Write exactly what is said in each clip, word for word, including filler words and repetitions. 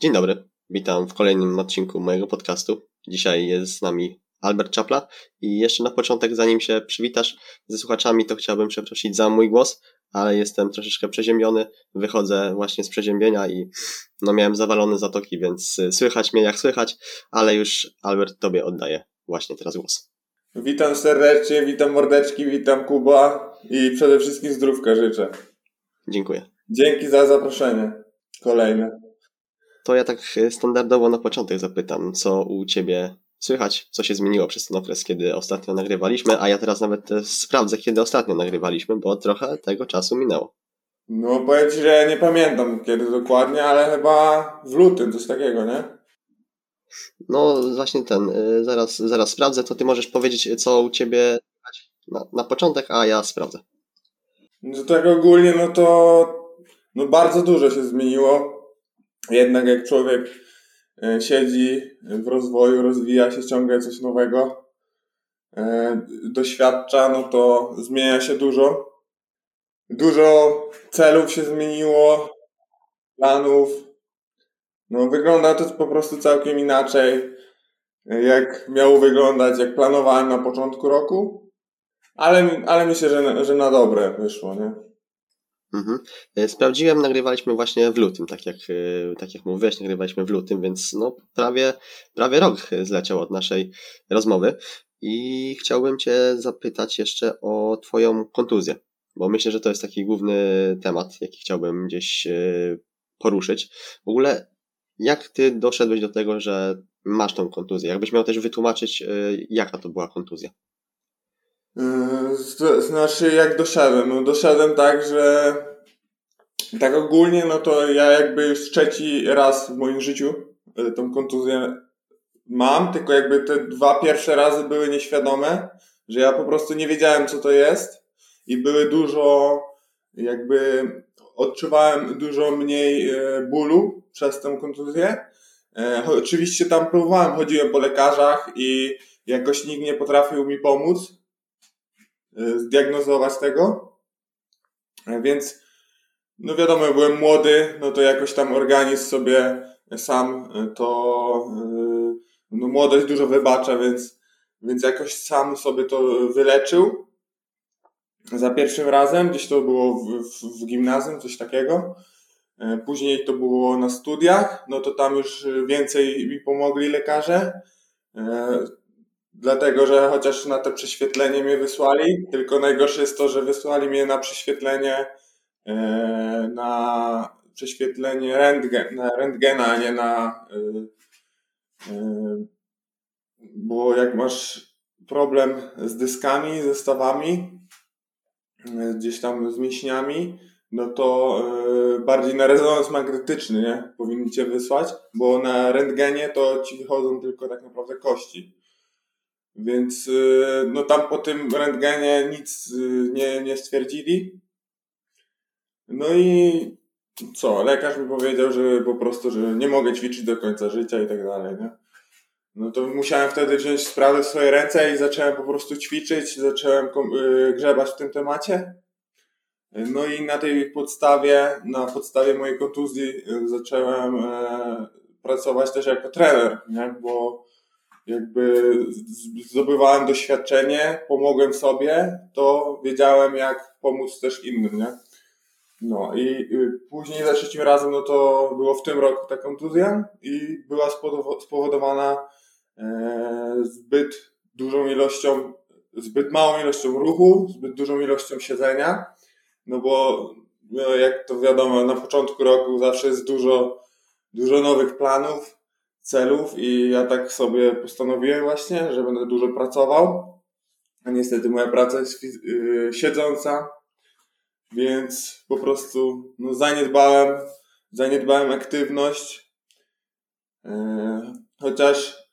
Dzień dobry, witam w kolejnym odcinku mojego podcastu. Dzisiaj jest z nami Albert Czapla i jeszcze na początek, zanim się przywitasz ze słuchaczami, to chciałbym przeprosić za mój głos, ale jestem troszeczkę przeziębiony, wychodzę właśnie z przeziębienia i no miałem zawalone zatoki, więc słychać mnie jak słychać, ale już Albert, tobie oddaję właśnie teraz głos. Witam serdecznie, witam mordeczki, witam Kuba i przede wszystkim zdrówka życzę. Dziękuję. Dzięki za zaproszenie kolejne. To ja tak standardowo na początek zapytam, co u ciebie słychać, co się zmieniło przez ten okres, kiedy ostatnio nagrywaliśmy, a ja teraz nawet sprawdzę, kiedy ostatnio nagrywaliśmy, bo trochę tego czasu minęło. No powiem ci, że nie pamiętam kiedy dokładnie, ale chyba w lutym, coś takiego, nie? No właśnie ten, zaraz, zaraz sprawdzę, to ty możesz powiedzieć, co u ciebie na, na początek, a ja sprawdzę. No tak ogólnie, no to no bardzo dużo się zmieniło. Jednak jak człowiek siedzi w rozwoju, rozwija się, ciągle coś nowego, doświadcza, no to zmienia się dużo. Dużo celów się zmieniło, planów. No wygląda to po prostu całkiem inaczej, jak miało wyglądać, jak planowałem na początku roku, ale, ale myślę, że na, że na dobre wyszło, nie? Mhm. Sprawdziłem, nagrywaliśmy właśnie w lutym, tak jak, tak jak mówiłeś, nagrywaliśmy w lutym, więc no prawie, prawie rok zleciał od naszej rozmowy i chciałbym cię zapytać jeszcze o twoją kontuzję, bo myślę, że to jest taki główny temat, jaki chciałbym gdzieś poruszyć. W ogóle jak ty doszedłeś do tego, że masz tą kontuzję? Jakbyś miał też wytłumaczyć, jaka to była kontuzja? Yy, znaczy jak doszedłem? No doszedłem tak, że tak ogólnie, no to ja jakby już trzeci raz w moim życiu tą kontuzję mam, tylko jakby te dwa pierwsze razy były nieświadome, że ja po prostu nie wiedziałem, co to jest i były dużo, jakby odczuwałem dużo mniej bólu przez tę kontuzję. Oczywiście tam próbowałem, chodziłem po lekarzach i jakoś nikt nie potrafił mi pomóc zdiagnozować tego, więc no wiadomo, byłem młody, no to jakoś tam organizm sobie sam to, no młodość dużo wybacza, więc, więc jakoś sam sobie to wyleczył za pierwszym razem, gdzieś to było w, w, w gimnazjum, coś takiego. Później to było na studiach, no to tam już więcej mi pomogli lekarze, dlatego, że chociaż na to prześwietlenie mnie wysłali, tylko najgorsze jest to, że wysłali mnie na prześwietlenie na prześwietlenie rentgen, na rentgena, a nie na bo jak masz problem z dyskami, ze stawami, gdzieś tam z mięśniami, no to bardziej na rezonans magnetyczny, nie? Powinni cię wysłać, bo na rentgenie to ci wychodzą tylko tak naprawdę kości. Więc no tam po tym rentgenie nic nie, nie stwierdzili. No i co? Lekarz mi powiedział, że po prostu, że nie mogę ćwiczyć do końca życia i tak dalej, nie? No to musiałem wtedy wziąć sprawy w swoje ręce i zacząłem po prostu ćwiczyć, zacząłem grzebać w tym temacie. No i na tej podstawie, na podstawie mojej kontuzji zacząłem pracować też jako trener, nie? Bo jakby zdobywałem doświadczenie, pomogłem sobie, to wiedziałem jak pomóc też innym, nie? No i później za trzecim razem, no to było w tym roku ta kontuzja i była spowodowana e, zbyt dużą ilością, zbyt małą ilością ruchu, zbyt dużą ilością siedzenia, no bo no jak to wiadomo, na początku roku zawsze jest dużo, dużo nowych planów, celów i ja tak sobie postanowiłem właśnie, że będę dużo pracował, a niestety moja praca jest yy, siedząca. Więc po prostu no, zaniedbałem, zaniedbałem aktywność, yy, chociaż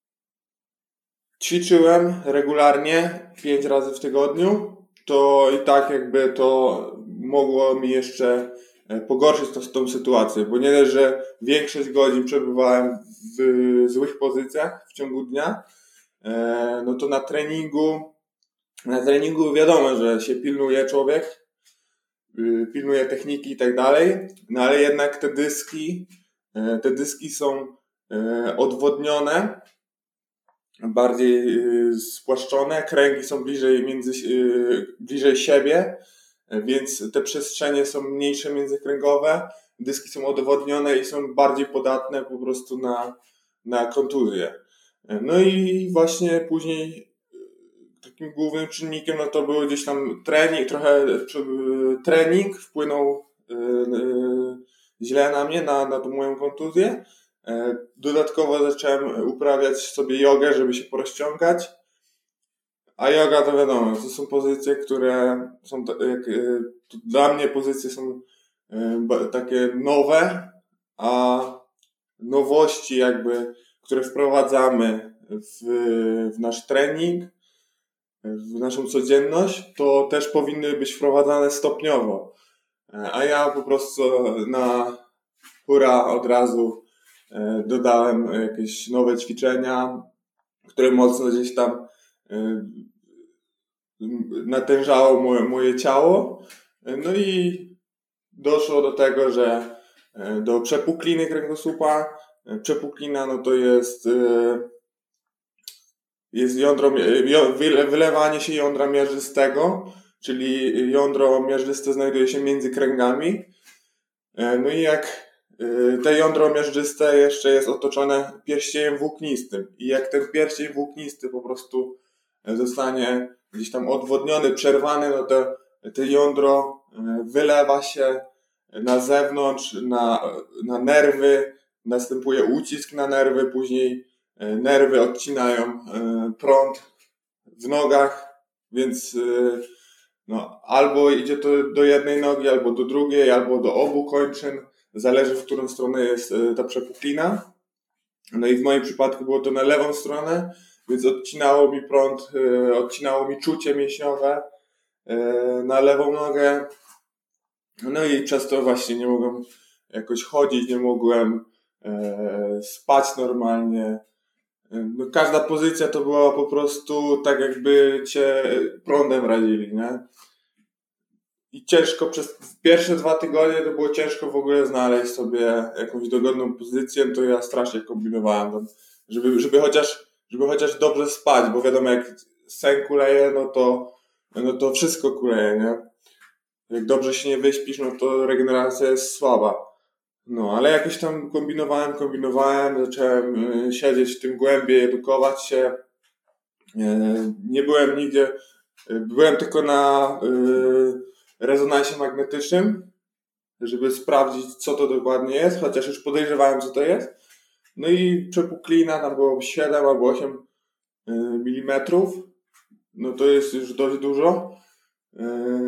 ćwiczyłem regularnie pięć razy w tygodniu, to i tak jakby to mogło mi jeszcze pogorszyć to, tą sytuację, bo nie dość, że większość godzin przebywałem w złych pozycjach w ciągu dnia, yy, no to na treningu, na treningu wiadomo, że się pilnuje człowiek, pilnuje techniki i tak dalej, no ale jednak te dyski Te dyski są odwodnione, bardziej spłaszczone, kręgi są bliżej, między, bliżej siebie, więc te przestrzenie są mniejsze międzykręgowe, dyski są odwodnione i są bardziej podatne po prostu na, na kontuzję. No i właśnie później takim głównym czynnikiem no to był gdzieś tam trening, trochę trening wpłynął źle na mnie, na, na tą moją kontuzję. Dodatkowo zacząłem uprawiać sobie jogę, żeby się porozciągać. A yoga to wiadomo, to są pozycje, które są, jak, dla mnie pozycje są takie nowe, a nowości jakby, które wprowadzamy w, w nasz trening, w naszą codzienność, to też powinny być wprowadzane stopniowo. A ja po prostu na hura od razu dodałem jakieś nowe ćwiczenia, które mocno gdzieś tam natężało moje, moje ciało. No i doszło do tego, że do przepukliny kręgosłupa. Przepuklina no to jest jest jądro, wylewanie się jądra miażdżystego, czyli jądro miażdżyste znajduje się między kręgami. No i jak te jądro miażdżyste jeszcze jest otoczone pierścieniem włóknistym i jak ten pierścień włóknisty po prostu zostanie gdzieś tam odwodniony, przerwany, no to to jądro wylewa się na zewnątrz, na, na nerwy, następuje ucisk na nerwy, później nerwy odcinają prąd w nogach, więc no, albo idzie to do jednej nogi, albo do drugiej, albo do obu kończyn, zależy w którą stronę jest ta przepuklina. No i w moim przypadku było to na lewą stronę, więc odcinało mi prąd, odcinało mi czucie mięśniowe na lewą nogę. No i przez to właśnie nie mogłem jakoś chodzić, nie mogłem spać normalnie. No, każda pozycja to była po prostu tak jakby cię prądem radzili, nie? I ciężko przez pierwsze dwa tygodnie to było ciężko w ogóle znaleźć sobie jakąś dogodną pozycję, to ja strasznie kombinowałem tam, żeby, żeby chociaż żeby chociaż dobrze spać, bo wiadomo jak sen kuleje, no to no to wszystko kuleje, nie? Jak dobrze się nie wyśpisz, no to regeneracja jest słaba. No, ale jakoś tam kombinowałem, kombinowałem, zacząłem y, siedzieć w tym głębiej, edukować się. Y, nie byłem nigdzie, y, byłem tylko na y, rezonansie magnetycznym, żeby sprawdzić, co to dokładnie jest, chociaż już podejrzewałem, co to jest. No i przepuklina, tam było siedem albo osiem y, milimetrów. No to jest już dość dużo. Y,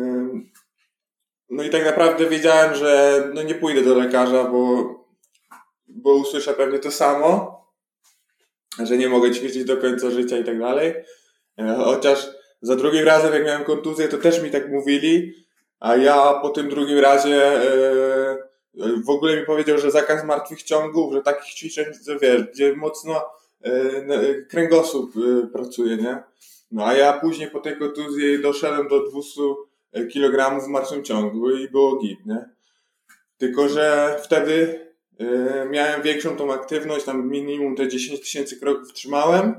No i tak naprawdę wiedziałem, że no nie pójdę do lekarza, bo, bo usłyszę pewnie to samo, że nie mogę ćwiczyć do końca życia i tak dalej. Chociaż za drugim razem, jak miałem kontuzję, to też mi tak mówili, a ja po tym drugim razie yy, w ogóle mi powiedział, że zakaz martwych ciągów, że takich ćwiczeń, co wiesz, gdzie mocno yy, kręgosłup yy, pracuje, nie? No a ja później po tej kontuzji doszedłem do dwieście kilogramów w martwym ciągu i było git, nie? Tylko że wtedy y, miałem większą tą aktywność, tam minimum te dziesięć tysięcy kroków trzymałem,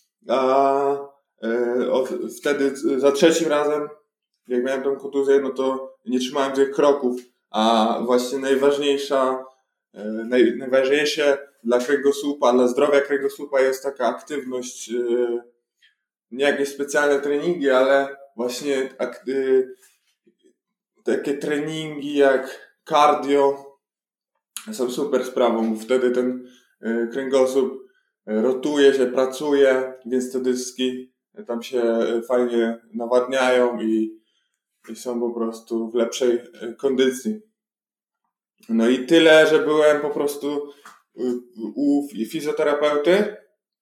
a y, o, wtedy za trzecim razem, jak miałem tą kontuzję, no to nie trzymałem tych kroków, a właśnie najważniejsza, y, naj, najważniejsze dla kręgosłupa, dla zdrowia kręgosłupa jest taka aktywność, y, nie jakieś specjalne treningi, ale właśnie ak, y, takie treningi jak cardio są super sprawą, bo wtedy ten y, kręgosłup rotuje się, pracuje, więc te dyski tam się fajnie nawadniają i, i są po prostu w lepszej kondycji. No i tyle, że byłem po prostu u fizjoterapeuty,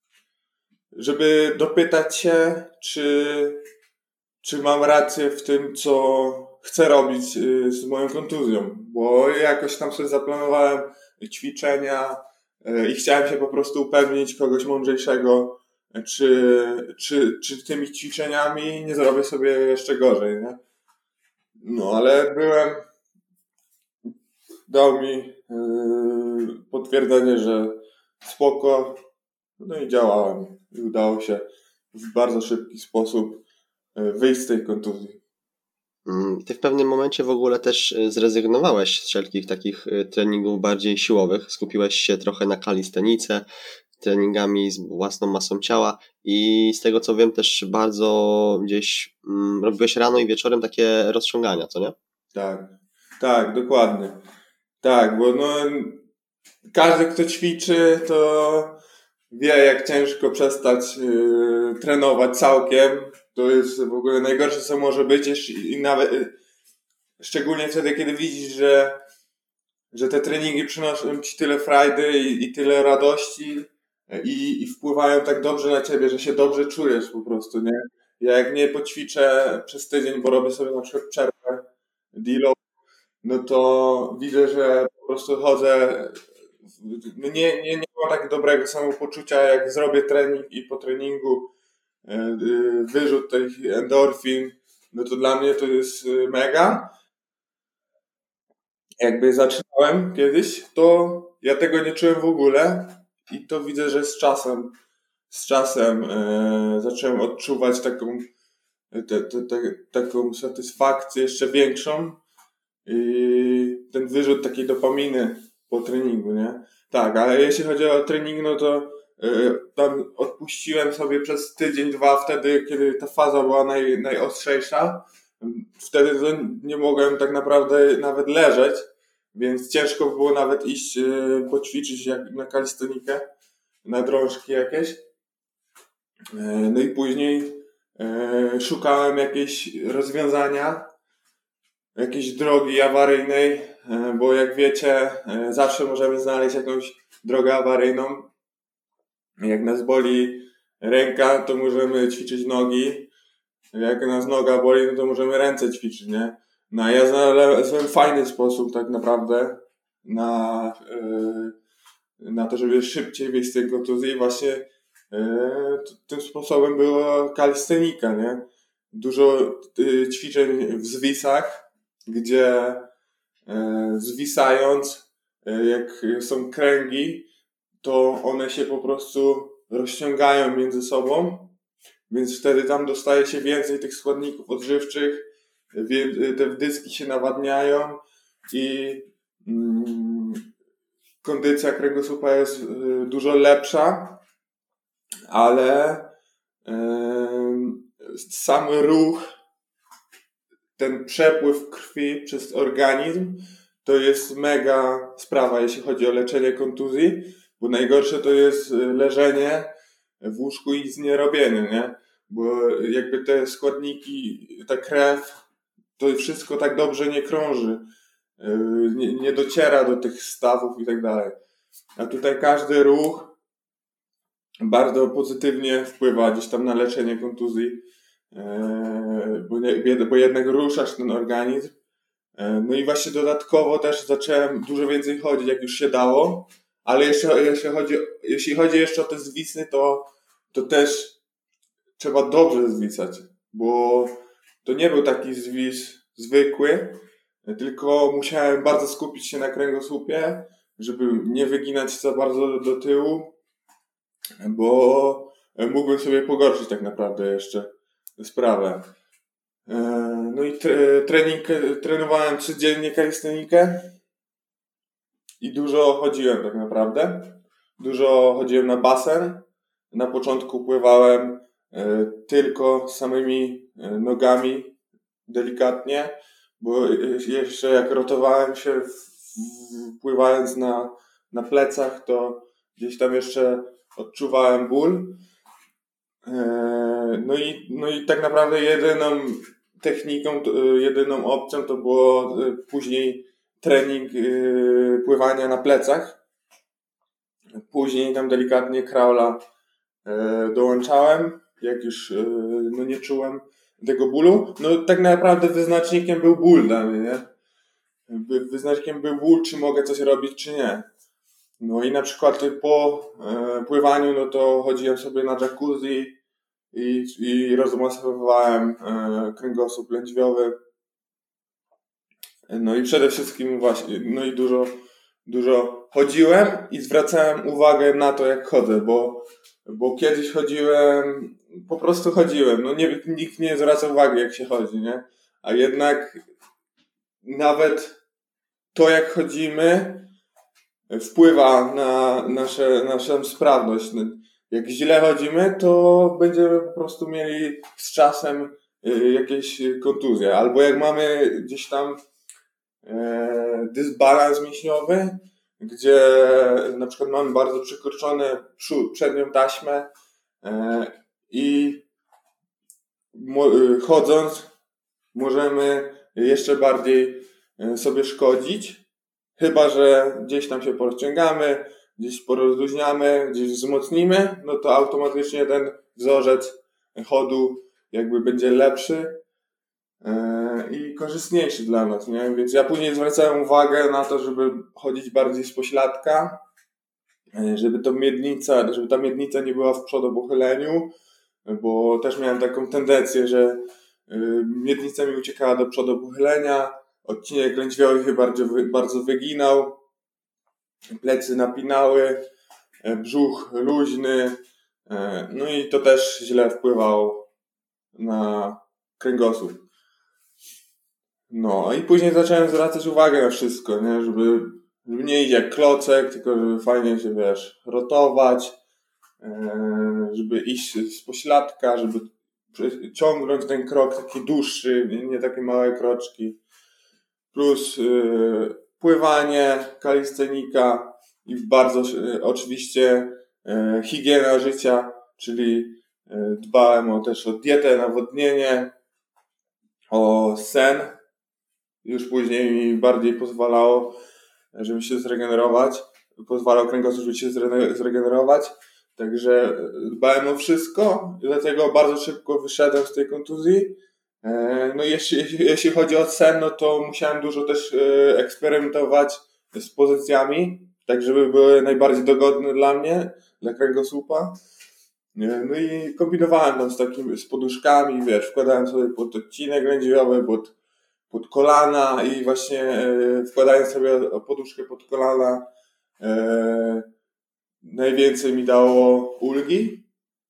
żeby dopytać się, czy, czy mam rację w tym, co chcę robić z moją kontuzją, bo jakoś tam sobie zaplanowałem ćwiczenia i chciałem się po prostu upewnić kogoś mądrzejszego, czy, czy, czy tymi ćwiczeniami nie zrobię sobie jeszcze gorzej, nie? No, ale byłem dał mi yy, potwierdzenie, że spoko, no i działałem i udało się w bardzo szybki sposób yy, wyjść z tej kontuzji. Ty w pewnym momencie w ogóle też zrezygnowałeś z wszelkich takich treningów bardziej siłowych, skupiłeś się trochę na kalistenice, treningami z własną masą ciała i z tego co wiem też bardzo gdzieś mm, robiłeś rano i wieczorem takie rozciągania, co nie? Tak, tak, dokładnie. Tak, bo no każdy kto ćwiczy to wie jak ciężko przestać yy, trenować całkiem. To jest w ogóle najgorsze co może być i nawet yy, szczególnie wtedy kiedy widzisz, że że te treningi przynoszą ci tyle frajdy i, i tyle radości i, i wpływają tak dobrze na ciebie, że się dobrze czujesz po prostu, nie? Ja jak nie poćwiczę przez tydzień, bo robię sobie na przykład przerwę deal, no to widzę, że po prostu chodzę, nie, nie, nie mam tak dobrego samopoczucia, jak zrobię trening i po treningu wyrzut tych endorfin, no to dla mnie to jest mega. Jakby zaczynałem kiedyś, to ja tego nie czułem w ogóle i to widzę, że z czasem z czasem e, zacząłem odczuwać taką te, te, te, taką satysfakcję jeszcze większą i ten wyrzut takiej dopaminy po treningu, nie? Tak, ale jeśli chodzi o trening, no to e, tam odpuściłem sobie przez tydzień, dwa wtedy, kiedy ta faza była naj, najostrzejsza. Wtedy to nie mogłem tak naprawdę nawet leżeć, więc ciężko było nawet iść e, poćwiczyć jak na kalistonikę, na drążki jakieś. E, no i później e, szukałem jakiejś rozwiązania, jakiejś drogi awaryjnej, e, bo jak wiecie, e, zawsze możemy znaleźć jakąś drogę awaryjną. Jak nas boli ręka, to możemy ćwiczyć nogi. Jak nas noga boli, no to możemy ręce ćwiczyć, nie? No a ja znalazłem fajny sposób tak naprawdę na, yy, na to, żeby szybciej wyjść z tej kontuzji. Właśnie yy, tym sposobem była kalistenika, nie? Dużo yy, ćwiczeń w zwisach, gdzie yy, zwisając, yy, jak są kręgi, to one się po prostu rozciągają między sobą, więc wtedy tam dostaje się więcej tych składników odżywczych, te dyski się nawadniają i mm, kondycja kręgosłupa jest dużo lepsza, ale yy, sam ruch, ten przepływ krwi przez organizm to jest mega sprawa, jeśli chodzi o leczenie kontuzji, bo najgorsze to jest leżenie w łóżku i nic nie robienie, nie? Bo jakby te składniki, ta krew, to wszystko tak dobrze nie krąży, nie, nie dociera do tych stawów i tak dalej. A tutaj każdy ruch bardzo pozytywnie wpływa gdzieś tam na leczenie kontuzji, bo, nie, bo jednak ruszasz ten organizm. No i właśnie dodatkowo też zacząłem dużo więcej chodzić, jak już się dało, ale jeszcze, jeśli chodzi, jeśli chodzi jeszcze o te zwisy, to, to też trzeba dobrze zwisać, bo to nie był taki zwis zwykły, tylko musiałem bardzo skupić się na kręgosłupie, żeby nie wyginać za bardzo do, do tyłu, bo mógłbym sobie pogorszyć tak naprawdę jeszcze sprawę. No i trening, trenowałem codziennie kalistenikę i dużo chodziłem tak naprawdę. Dużo chodziłem na basen. Na początku pływałem tylko samymi nogami, delikatnie, bo jeszcze jak rotowałem się pływając na, na plecach, to gdzieś tam jeszcze odczuwałem ból. No i, no i tak naprawdę jedyną techniką, jedyną opcją to było później trening pływania na plecach. Później tam delikatnie kraula dołączałem, jak już no nie czułem tego bólu. No tak naprawdę wyznacznikiem był ból dla mnie, nie? Wyznacznikiem był ból, czy mogę coś robić, czy nie. No i na przykład po pływaniu, no to chodziłem sobie na jacuzzi i, i rozmasowywałem kręgosłup lędźwiowy. No i przede wszystkim właśnie, no i dużo, dużo chodziłem i zwracałem uwagę na to, jak chodzę, bo, bo kiedyś chodziłem, po prostu chodziłem, no nie, nikt nie zwraca uwagi, jak się chodzi, nie? A jednak nawet to, jak chodzimy, wpływa na nasze, naszą sprawność. Jak źle chodzimy, to będziemy po prostu mieli z czasem jakieś kontuzje. Albo jak mamy gdzieś tam e, dysbalans mięśniowy, gdzie na przykład mamy bardzo przekroczony przód, przednią taśmę e, i mo, chodząc możemy jeszcze bardziej sobie szkodzić, chyba że gdzieś tam się porozciągamy, gdzieś porozluźniamy, gdzieś wzmocnimy, no to automatycznie ten wzorzec chodu jakby będzie lepszy i korzystniejszy dla nas, nie? Więc ja później zwracałem uwagę na to, żeby chodzić bardziej z pośladka, żeby to miednica, żeby ta miednica nie była w przodopochyleniu, bo też miałem taką tendencję, że miednica mi uciekała do przodopochylenia, odcinek lędźwiowy się bardzo, bardzo wyginał, plecy napinały, brzuch luźny, no i to też źle wpływało na kręgosłup. No i później zacząłem zwracać uwagę na wszystko, nie? Żeby, żeby nie iść jak klocek, tylko żeby fajnie się, wiesz, rotować, żeby iść z pośladka, żeby ciągnąć ten krok taki dłuższy, nie, nie takie małe kroczki. Plus yy, pływanie, kaliscenika i bardzo yy, oczywiście yy, higiena życia, czyli yy, dbałem o, też o dietę, nawodnienie, o sen. Już później mi bardziej pozwalało, żeby się zregenerować. Pozwalał kręgosłup, żeby się zregenerować. Także dbałem o wszystko, dlatego bardzo szybko wyszedłem z tej kontuzji. No jeśli, jeśli, jeśli chodzi o sen, no to musiałem dużo też eksperymentować z pozycjami, tak żeby były najbardziej dogodne dla mnie, dla kręgosłupa. No i kombinowałem tam z takimi, z poduszkami, wiesz, wkładałem sobie pod odcinek lędźwiowy, pod, pod kolana i właśnie wkładając sobie poduszkę pod kolana najwięcej mi dało ulgi.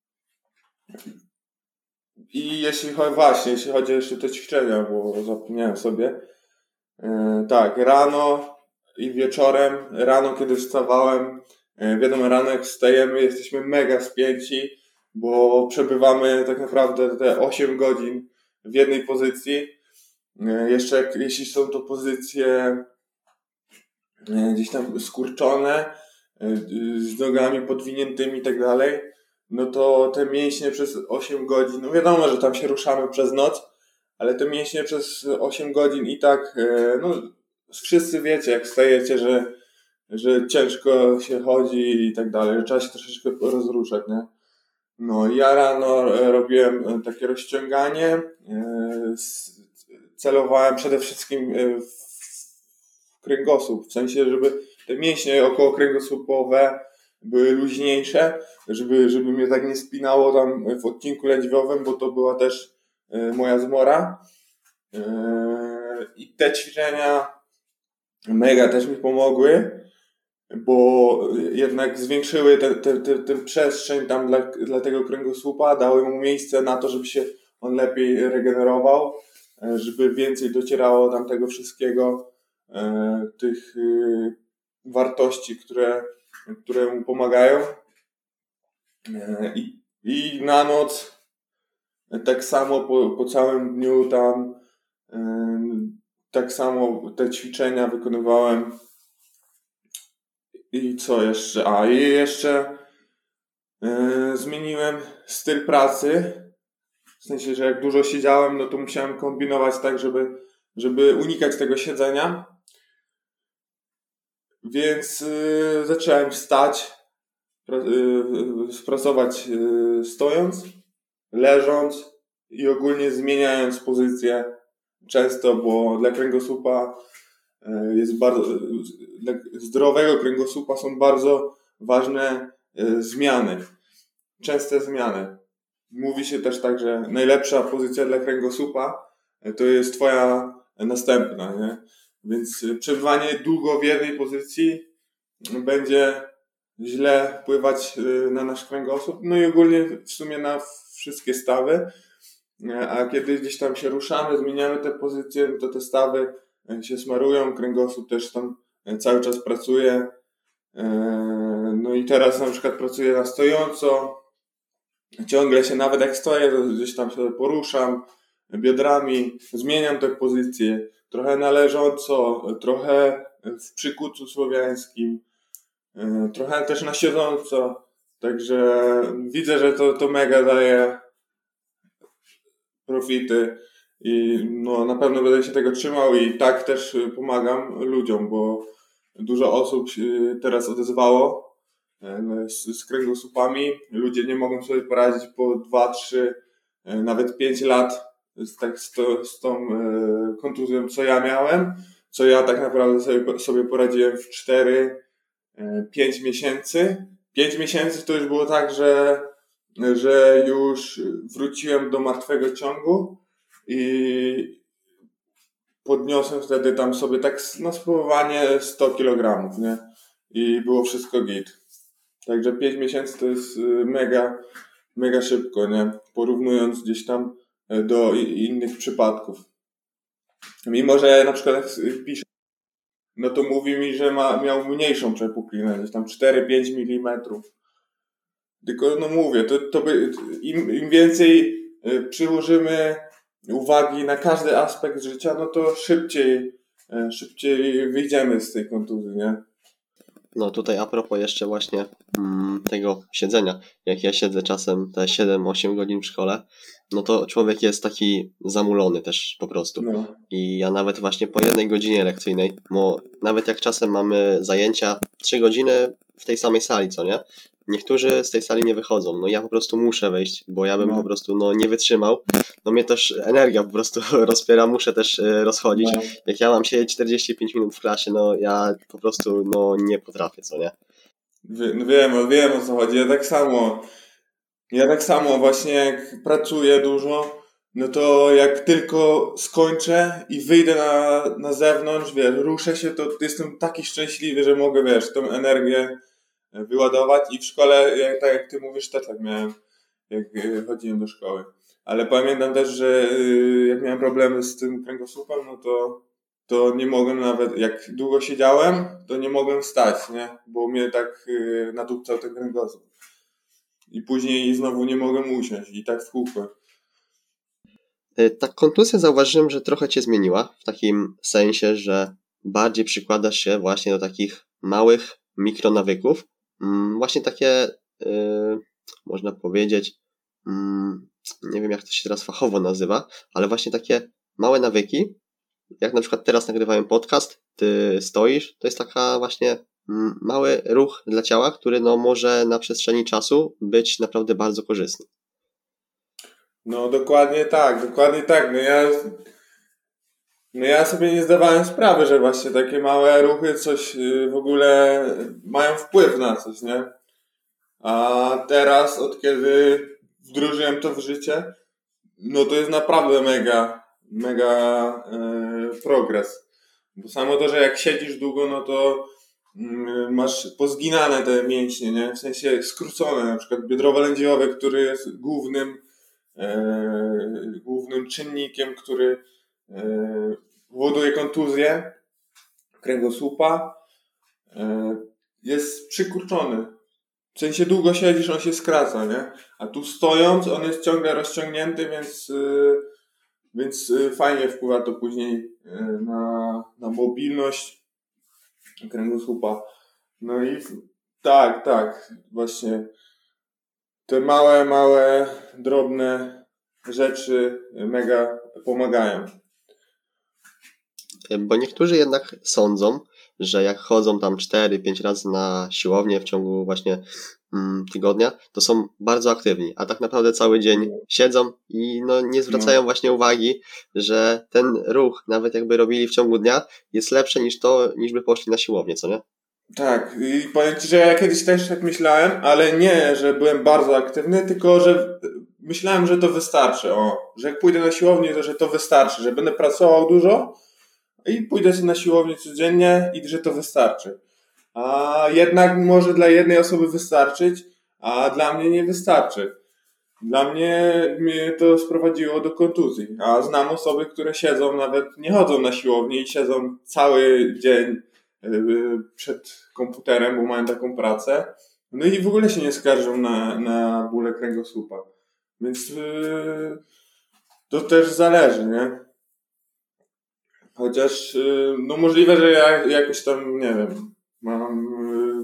I jeśli chodzi, właśnie, jeśli chodzi jeszcze o te ćwiczenia, bo zapomniałem sobie. Yy, tak, rano i wieczorem, rano kiedy wstawałem, yy, wiadomo, rano jak wstajemy, jesteśmy mega spięci, bo przebywamy tak naprawdę te osiem godzin w jednej pozycji. Yy, jeszcze jak, jeśli są to pozycje yy, gdzieś tam skurczone, yy, z nogami podwiniętymi i tak dalej, no to te mięśnie przez osiem godzin, no wiadomo, że tam się ruszamy przez noc, ale te mięśnie przez osiem godzin i tak, no wszyscy wiecie, jak wstajecie, że, że ciężko się chodzi i tak dalej, że trzeba się troszeczkę rozruszać, nie? No ja rano robiłem takie rozciąganie, celowałem przede wszystkim w kręgosłup, w sensie, żeby te mięśnie okołokręgosłupowe były luźniejsze, żeby, żeby mnie tak nie spinało tam w odcinku lędźwiowym, bo to była też y, moja zmora. Y, I te ćwiczenia mega też mi pomogły, bo jednak zwiększyły tę te, te, te przestrzeń tam dla, dla tego kręgosłupa, dały mu miejsce na to, żeby się on lepiej regenerował, żeby więcej docierało tam tego wszystkiego, y, tych y, wartości, które które mu pomagają. I, i na noc tak samo po, po całym dniu tam tak samo te ćwiczenia wykonywałem. I co jeszcze? A i jeszcze yy, zmieniłem styl pracy. W sensie, że jak dużo siedziałem, no to musiałem kombinować tak, żeby, żeby unikać tego siedzenia. Więc yy, zacząłem wstać, yy, pracować yy, stojąc, leżąc i ogólnie zmieniając pozycję często, bo dla kręgosłupa yy, jest bardzo, yy, dla zdrowego kręgosłupa są bardzo ważne yy, zmiany, częste zmiany. Mówi się też tak, że najlepsza pozycja dla kręgosłupa yy, to jest twoja następna, nie? Więc przebywanie długo w jednej pozycji będzie źle wpływać na nasz kręgosłup, no i ogólnie w sumie na wszystkie stawy. A kiedy gdzieś tam się ruszamy, zmieniamy te pozycje, to te stawy się smarują, kręgosłup też tam cały czas pracuje. No i teraz na przykład pracuję na stojąco, ciągle się, nawet jak stoję, to gdzieś tam się poruszam biodrami, zmieniam te pozycje, trochę na leżąco, trochę w przykucu słowiańskim, trochę też na siedząco, także widzę, że to, to mega daje profity i no na pewno będę się tego trzymał i tak też pomagam ludziom, bo dużo osób się teraz odezwało z, z kręgosłupami. Ludzie nie mogą sobie poradzić po dwa, trzy, nawet pięć lat z, tak, z, to, z tą e, kontuzją, co ja miałem, co ja tak naprawdę sobie, sobie poradziłem w cztery, pięć miesięcy. pięć miesięcy to już było tak, że, że już wróciłem do martwego ciągu i podniosłem wtedy tam sobie tak na spróbowanie sto kilogramów, nie? I było wszystko git. Także pięć miesięcy to jest mega, mega szybko, nie? Porównując gdzieś tam do innych przypadków. Mimo, że na przykład jak piszę, no to mówi mi, że ma, miał mniejszą przepuklinę, gdzieś tam cztery pięć milimetrów. Tylko no mówię, to, to by, im, im więcej przyłożymy uwagi na każdy aspekt życia, no to szybciej, szybciej wyjdziemy z tej kontuzji, nie? No tutaj a propos jeszcze właśnie mm, tego siedzenia, jak ja siedzę czasem te siedem osiem godzin w szkole, no to człowiek jest taki zamulony też po prostu. No. I ja nawet właśnie po jednej godzinie lekcyjnej, bo nawet jak czasem mamy zajęcia trzy godziny w tej samej sali, co nie? Niektórzy z tej sali nie wychodzą, no ja po prostu muszę wejść, bo ja bym No. po prostu no nie wytrzymał, no mnie też energia po prostu rozpiera, muszę też e, rozchodzić. No. Jak ja mam siedzieć czterdzieści pięć minut w klasie, no ja po prostu no nie potrafię, co nie? Wie, no wiem, wiem o co chodzi, ja tak samo, ja tak samo właśnie jak pracuję dużo, no to jak tylko skończę i wyjdę na, na zewnątrz, wiesz, ruszę się, to jestem taki szczęśliwy, że mogę, wiesz, tą energię wyładować i w szkole, jak, tak jak ty mówisz, też tak miałem, jak chodziłem do szkoły. Ale pamiętam też, że jak miałem problemy z tym kręgosłupem, no to, to nie mogłem nawet, jak długo siedziałem, to nie mogłem wstać, nie? Bo mnie tak nadupcał ten kręgosłup. I później znowu nie mogłem usiąść i tak w kółko. Ta kontuzja zauważyłem, że trochę cię zmieniła, w takim sensie, że bardziej przykładasz się właśnie do takich małych mikronawyków. Właśnie takie, yy, można powiedzieć, yy, nie wiem jak to się teraz fachowo nazywa, ale właśnie takie małe nawyki, jak na przykład teraz nagrywałem podcast, ty stoisz, to jest taka właśnie mały ruch dla ciała, który no może na przestrzeni czasu być naprawdę bardzo korzystny. No dokładnie tak, dokładnie tak. No ja, no ja sobie nie zdawałem sprawy, że właśnie takie małe ruchy coś w ogóle mają wpływ na coś, nie? A teraz, od kiedy wdrożyłem to w życie, no to jest naprawdę mega, mega e, progres. Bo samo to, że jak siedzisz długo, no to mm, masz pozginane te mięśnie, nie? W sensie skrócone, na przykład biodrowo-lędźwiowe, który jest głównym e, głównym czynnikiem, który e, powoduje kontuzję kręgosłupa, e, jest przykurczony. W sensie długo siedzisz, on się skraca, nie? A tu stojąc, on jest ciągle rozciągnięty, więc, yy, więc yy, fajnie wpływa to później yy, na, na mobilność kręgosłupa. No i tak, tak, właśnie te małe, małe, drobne rzeczy mega pomagają. Bo niektórzy jednak sądzą, że jak chodzą tam cztery pięć razy na siłownię w ciągu właśnie mm, tygodnia, to są bardzo aktywni, a tak naprawdę cały dzień siedzą i no nie zwracają No. właśnie uwagi, że ten ruch, nawet jakby robili w ciągu dnia, jest lepszy niż to, niż by poszli na siłownię, co nie? Tak, i powiem Ci, że ja kiedyś też tak myślałem, ale nie, że byłem bardzo aktywny, tylko że myślałem, że to wystarczy, o, że jak pójdę na siłownię, to że to wystarczy, że będę pracował dużo i pójdę na siłownię codziennie i że to wystarczy. A jednak może dla jednej osoby wystarczyć, a dla mnie nie wystarczy. Dla mnie, mnie to sprowadziło do kontuzji, a znam osoby, które siedzą, nawet nie chodzą na siłownię i siedzą cały dzień przed komputerem, bo mają taką pracę, no i w ogóle się nie skarżą na, na bóle kręgosłupa. Więc yy, to też zależy, nie? Chociaż yy, no możliwe, że ja jakoś tam, nie wiem, mam yy,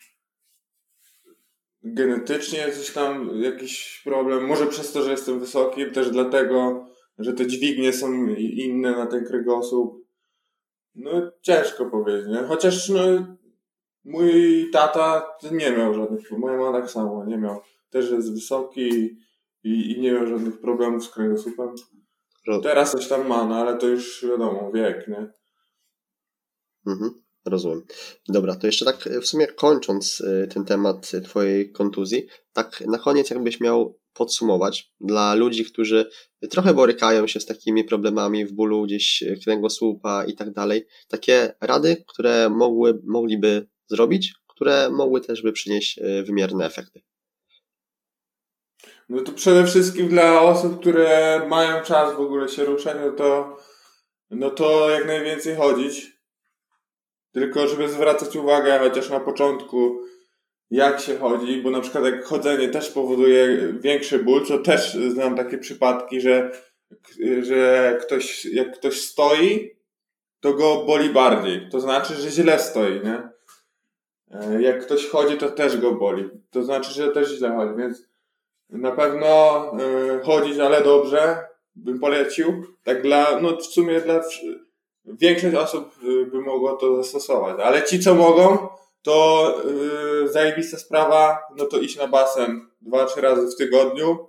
genetycznie coś tam, jakiś problem. Może przez to, że jestem wysoki, też dlatego, że te dźwignie są inne na ten kręgosłup. No ciężko powiedzieć, nie? Chociaż no, mój tata nie miał żadnych problemów, moja mama tak samo nie miał. Też jest wysoki i, i nie miał żadnych problemów z kręgosłupem. Teraz coś tam ma, no ale to już wiadomo, wiek, nie? Mhm, rozumiem. Dobra, to jeszcze tak w sumie kończąc ten temat twojej kontuzji, tak na koniec jakbyś miał podsumować dla ludzi, którzy trochę borykają się z takimi problemami w bólu gdzieś kręgosłupa i tak dalej, takie rady, które mogły, mogliby zrobić, które mogły też by przynieść wymierne efekty. No to przede wszystkim dla osób, które mają czas w ogóle się ruszać, no to, no to jak najwięcej chodzić. Tylko żeby zwracać uwagę chociaż na początku, jak się chodzi, bo na przykład jak chodzenie też powoduje większy ból, to też znam takie przypadki, że, że ktoś, jak ktoś stoi, to go boli bardziej. To znaczy, że źle stoi, nie? Jak ktoś chodzi, to też go boli. To znaczy, że też źle chodzi, więc na pewno y, chodzić, ale dobrze bym polecił. Tak dla, no w sumie dla większość osób y, by mogło to zastosować. Ale ci, co mogą, to y, zajebista sprawa, no to iść na basen dwa, trzy razy w tygodniu.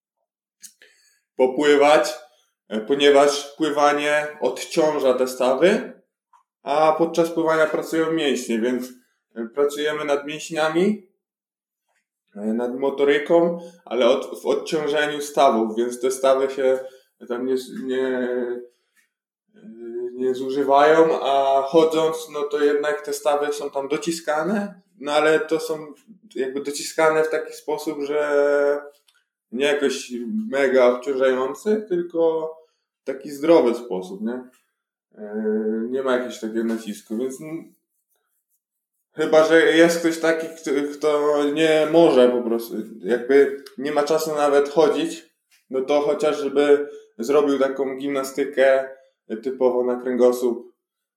Popływać, y, ponieważ pływanie odciąża te stawy, a podczas pływania pracują mięśnie, więc y, pracujemy nad mięśniami, nad motoryką, ale od, w odciążeniu stawów, więc te stawy się tam nie, nie, nie zużywają, a chodząc, no to jednak te stawy są tam dociskane, no ale to są jakby dociskane w taki sposób, że nie jakoś mega obciążający, tylko w taki zdrowy sposób, nie? Nie ma jakiegoś takiego nacisku, więc chyba, że jest ktoś taki, kto nie może po prostu, jakby nie ma czasu nawet chodzić, no to chociaż żeby zrobił taką gimnastykę typowo na kręgosłup,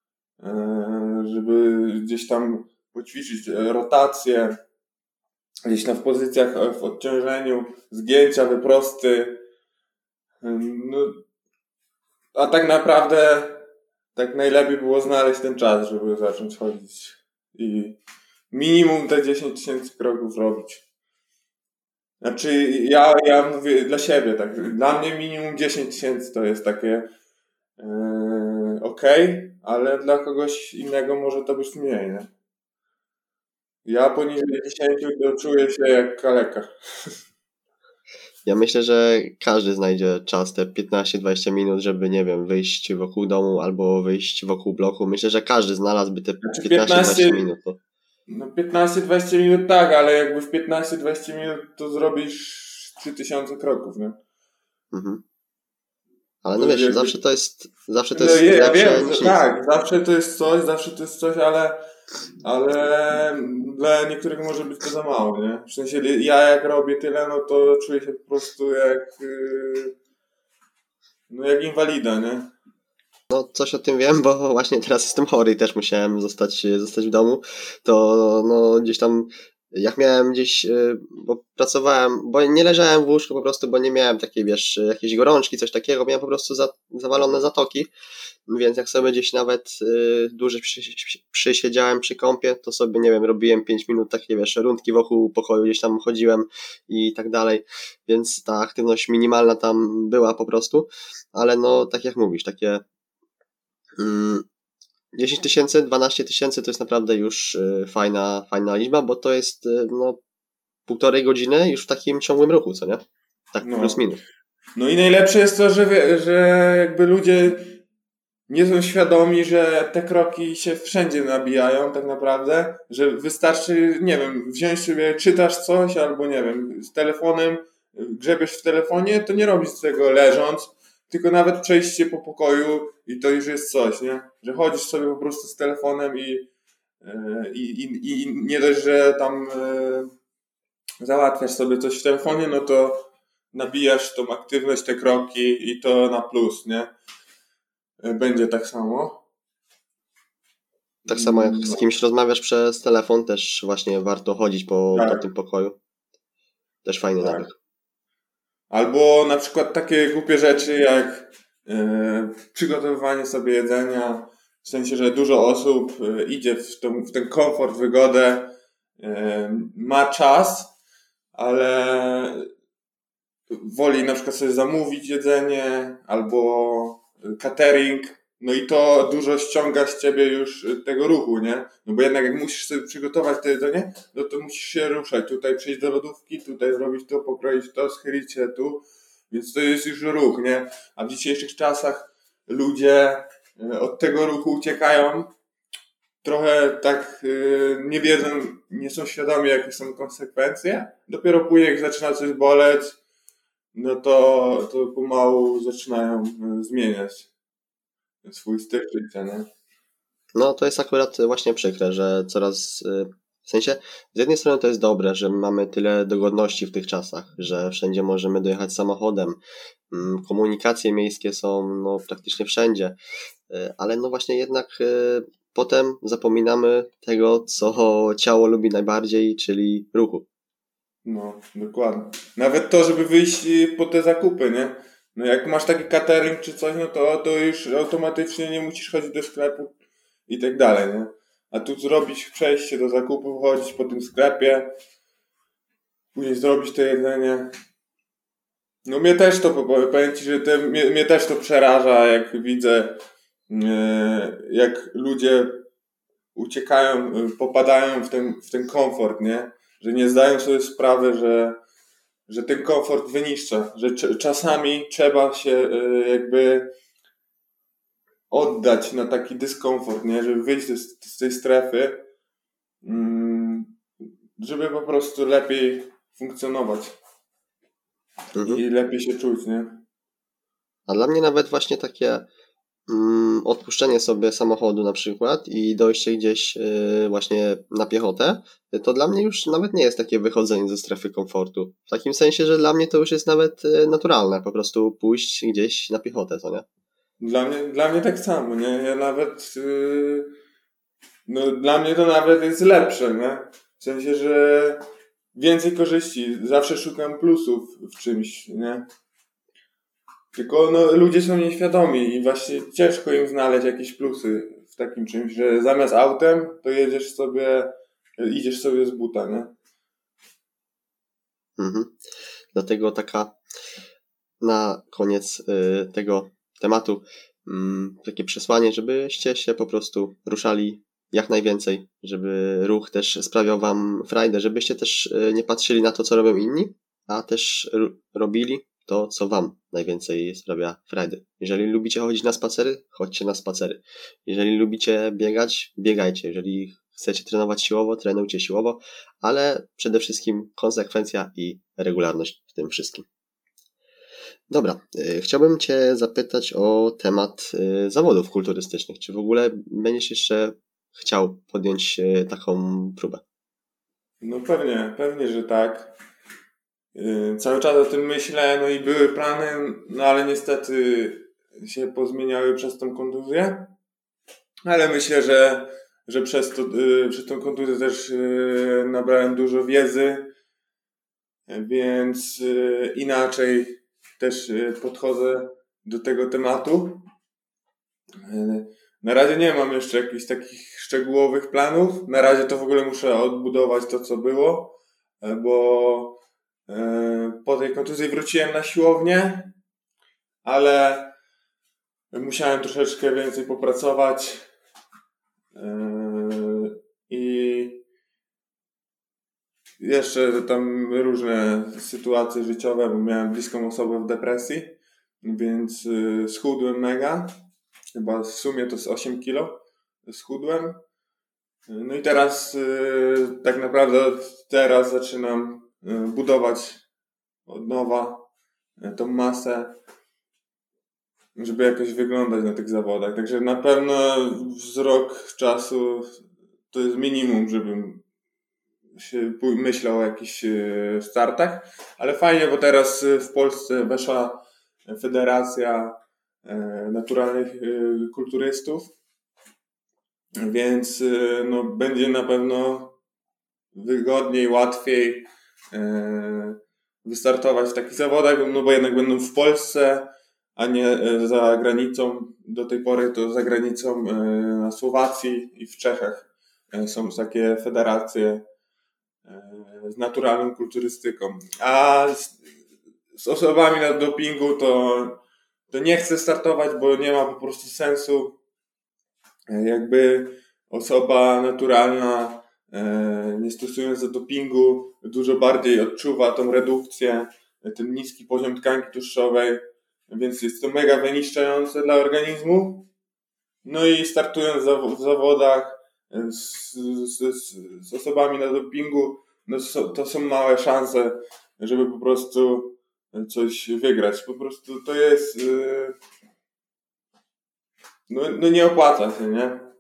żeby gdzieś tam poćwiczyć rotację, gdzieś tam w pozycjach w odciążeniu, zgięcia, wyprosty. No, a tak naprawdę tak najlepiej było znaleźć ten czas, żeby zacząć chodzić. I minimum te dziesięć tysięcy kroków robić. Znaczy, ja, ja mówię dla siebie, tak. Dla mnie minimum dziesięć tysięcy to jest takie yy, okej, okay, ale dla kogoś innego może to być mniej, nie? Ja poniżej dziesięć to czuję się jak kaleka. Ja myślę, że każdy znajdzie czas, te piętnaście dwadzieścia minut, żeby, nie wiem, wyjść wokół domu albo wyjść wokół bloku. Myślę, że każdy znalazłby te piętnaście dwadzieścia minut. To. No piętnaście dwadzieścia minut tak, ale jakby w piętnaście dwadzieścia minut to zrobisz trzy tysiące kroków, nie? Mhm. Ale no wiesz, jakby... zawsze to jest zawsze to no jest je, ja lepsze wiem, niż tak, nic. zawsze to jest coś, zawsze to jest coś, ale ale dla niektórych może być to za mało, nie? W sensie ja jak robię tyle, no to czuję się po prostu jak no jak inwalida, nie? No coś o tym wiem, bo właśnie teraz jestem chory i też musiałem zostać, zostać w domu, to no gdzieś tam jak miałem gdzieś, bo pracowałem, bo nie leżałem w łóżku po prostu, bo nie miałem takiej, wiesz, jakiejś gorączki, coś takiego, miałem po prostu za, zawalone zatoki, więc jak sobie gdzieś nawet y, dłużej przy, przysiedziałem przy kąpie, to sobie, nie wiem, robiłem pięć minut takie, wiesz, rundki wokół pokoju, gdzieś tam chodziłem i tak dalej, więc ta aktywność minimalna tam była po prostu, ale no, tak jak mówisz, takie mm, dziesięć tysięcy, dwanaście tysięcy to jest naprawdę już y, fajna, fajna liczba, bo to jest y, no półtorej godziny już w takim ciągłym ruchu, co nie? Tak no. plus minus. No i najlepsze jest to, że, że jakby ludzie nie są świadomi, że te kroki się wszędzie nabijają tak naprawdę, że wystarczy, nie wiem, wziąć sobie, czytasz coś albo nie wiem, z telefonem, grzebiesz w telefonie, to nie robisz tego leżąc, tylko nawet przejście po pokoju i to już jest coś, nie? Że chodzisz sobie po prostu z telefonem i, i, i, i nie dość, że tam załatwiasz sobie coś w telefonie, no to nabijasz tą aktywność, te kroki i to na plus, nie? Będzie tak samo. Tak samo jak z kimś rozmawiasz przez telefon, też właśnie warto chodzić po, tak. po tym pokoju. Też fajny tak. nawyk. Albo na przykład takie głupie rzeczy jak yy, przygotowywanie sobie jedzenia, w sensie, że dużo osób yy, idzie w, tą, w ten komfort, wygodę, yy, ma czas, ale woli na przykład sobie zamówić jedzenie albo catering, no i to dużo ściąga z ciebie już tego ruchu, nie? No bo jednak jak musisz sobie przygotować to jedzenie, no to musisz się ruszać, tutaj przejść do lodówki, tutaj zrobić to, pokroić to, schylić się tu, więc to jest już ruch, nie? A w dzisiejszych czasach ludzie od tego ruchu uciekają, trochę tak nie wiedzą, nie są świadomi, jakie są konsekwencje, dopiero później jak zaczyna coś boleć, no to, to pomału zaczynają zmieniać swój styl życia, nie? No to jest akurat właśnie przykre, że coraz, w sensie, z jednej strony to jest dobre, że mamy tyle dogodności w tych czasach, że wszędzie możemy dojechać samochodem, komunikacje miejskie są no praktycznie wszędzie, ale no właśnie jednak potem zapominamy tego, co ciało lubi najbardziej, czyli ruchu. No, dokładnie. Nawet to, żeby wyjść po te zakupy, nie? No jak masz taki catering czy coś, no to, to już automatycznie nie musisz chodzić do sklepu i tak dalej, nie? A tu zrobić przejście do zakupów, chodzić po tym sklepie, później zrobić to jedzenie. No mnie też to, powiem Ci, że te, mnie, mnie też to przeraża, jak widzę, jak ludzie uciekają, popadają w ten, w ten komfort, nie? Że nie zdają sobie sprawy, że, że ten komfort wyniszcza, że c- czasami trzeba się jakby oddać na taki dyskomfort, nie? Żeby wyjść z, z tej strefy, żeby po prostu lepiej funkcjonować mhm. i lepiej się czuć, nie? A dla mnie nawet właśnie takie mm, odpuszczenie sobie samochodu na przykład i dojście gdzieś yy, właśnie na piechotę, to dla mnie już nawet nie jest takie wychodzenie ze strefy komfortu. W takim sensie, że dla mnie to już jest nawet yy, naturalne, po prostu pójść gdzieś na piechotę, co nie? Dla mnie, dla mnie tak samo, nie? Ja nawet yy, no dla mnie to nawet jest lepsze, nie? W sensie, że więcej korzyści. Zawsze szukam plusów w czymś, nie? Tylko no, ludzie są nieświadomi i właśnie ciężko im znaleźć jakieś plusy w takim czymś, że zamiast autem to jedziesz sobie, idziesz sobie z buta, nie? Mhm. Dlatego taka na koniec y, tego tematu y, takie przesłanie, żebyście się po prostu ruszali jak najwięcej, żeby ruch też sprawiał wam frajdę, żebyście też nie patrzyli na to, co robią inni, a też r- robili to, co wam najwięcej sprawia frajdy. Jeżeli lubicie chodzić na spacery, chodźcie na spacery. Jeżeli lubicie biegać, biegajcie. Jeżeli chcecie trenować siłowo, trenujcie siłowo, ale przede wszystkim konsekwencja i regularność w tym wszystkim. Dobra, chciałbym Cię zapytać o temat zawodów kulturystycznych. Czy w ogóle będziesz jeszcze chciał podjąć taką próbę? No pewnie, pewnie, że tak. Yy, cały czas o tym myślę, no i były plany, no ale niestety się pozmieniały przez tą kontuzję. Ale myślę, że, że przez, to, yy, przez tą kontuzję też yy, nabrałem dużo wiedzy, więc yy, inaczej też yy, podchodzę do tego tematu. Yy, na razie nie mam jeszcze jakichś takich szczegółowych planów. Na razie to w ogóle muszę odbudować to, co było, bo po tej kontuzji wróciłem na siłownię, ale musiałem troszeczkę więcej popracować i jeszcze tam różne sytuacje życiowe, bo miałem bliską osobę w depresji, więc schudłem mega chyba w sumie to z osiem kilo schudłem. No i teraz yy, tak naprawdę teraz zaczynam yy, budować od nowa yy, tą masę, żeby jakoś wyglądać na tych zawodach. Także na pewno z rok czasu to jest minimum, żebym się myślał o jakichś yy, startach, ale fajnie, bo teraz w Polsce weszła Federacja yy, Naturalnych yy, Kulturystów, więc yy, no, będzie na pewno wygodniej, łatwiej e, wystartować w takich zawodach, no bo jednak będą w Polsce, a nie za granicą. Do tej pory to za granicą e, na Słowacji i w Czechach e, są takie federacje e, z naturalną kulturystyką. A z, z osobami na dopingu to, to nie chcę startować, bo nie ma po prostu sensu. E, jakby osoba naturalna nie stosując do dopingu, dużo bardziej odczuwa tą redukcję, ten niski poziom tkanki tłuszczowej, więc jest to mega wyniszczające dla organizmu. No i startując w zawodach z, z, z osobami na dopingu, no to są małe szanse, żeby po prostu coś wygrać. Po prostu to jest no, no nie opłaca się, nie?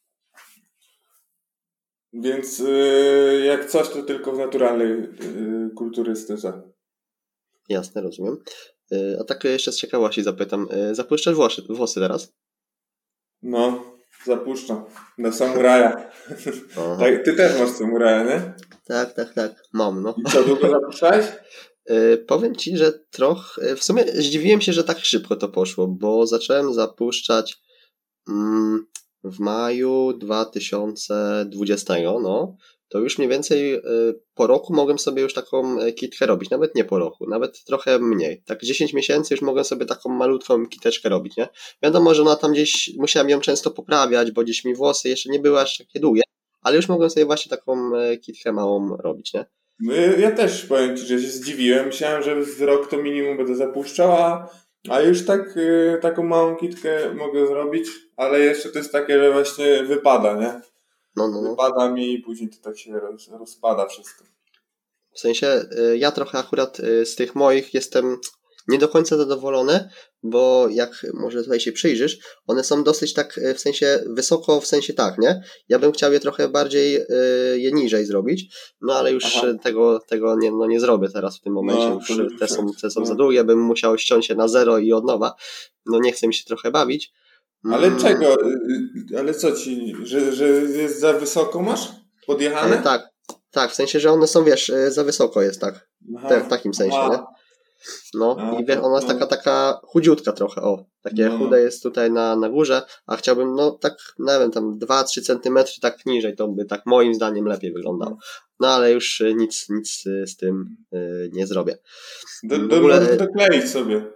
Więc yy, jak coś, to tylko w naturalnej yy, kulturystyce. Jasne, rozumiem. Yy, a tak jeszcze z ciekawości zapytam, yy, zapuszczasz włosy, włosy teraz? No, zapuszczam. Na samuraja. Tak, ty też masz samuraja, nie? Tak, tak, tak. Mam, no. I co, długo zapuszczałeś? Yy, powiem ci, że trochę... W sumie zdziwiłem się, że tak szybko to poszło, bo zacząłem zapuszczać mm, w maju dwa tysiące dwudziestego, no. To już mniej więcej yy, po roku mogłem sobie już taką kitkę robić. Nawet nie po roku, nawet trochę mniej. Tak dziesięć miesięcy już mogłem sobie taką malutką kiteczkę robić, nie? Wiadomo, że ona tam gdzieś... Musiałem ją często poprawiać, bo gdzieś mi włosy jeszcze nie były aż takie długie, ale już mogłem sobie właśnie taką kitkę małą robić, nie? No, ja też powiem ci, że się zdziwiłem. Myślałem, że w rok to minimum będę zapuszczał, a, a już tak y, taką małą kitkę mogę zrobić, ale jeszcze to jest takie, że właśnie wypada, nie? No, no, no. Wypada mi i później to tak się roz, rozpada wszystko. W sensie y, ja trochę akurat y, z tych moich jestem nie do końca zadowolony, bo jak może tutaj się przyjrzysz, one są dosyć tak y, w sensie wysoko, w sensie tak, nie? Ja bym chciał je trochę bardziej y, je niżej zrobić, no ale już tego, tego nie, no, nie zrobię teraz w tym momencie, no, już te są, te są no. za długie, bym musiał ściąć je na zero i od nowa, no nie chcę mi się trochę bawić. Ale mm. czego? Ale co ci, że, że jest za wysoko masz? Podjechane? E, tak, tak, w sensie, że one są, wiesz, za wysoko jest, tak. Te, w takim sensie, aha. nie? No a, i wiesz, ona jest no. taka, taka chudziutka trochę, o, takie no. chude jest tutaj na, na górze, a chciałbym, no tak, nie wiem, tam dwa trzy centymetry tak niżej, to by tak moim zdaniem lepiej wyglądało. No ale już nic, nic z tym y, nie zrobię. Do, do, w ogóle... Dokleić sobie.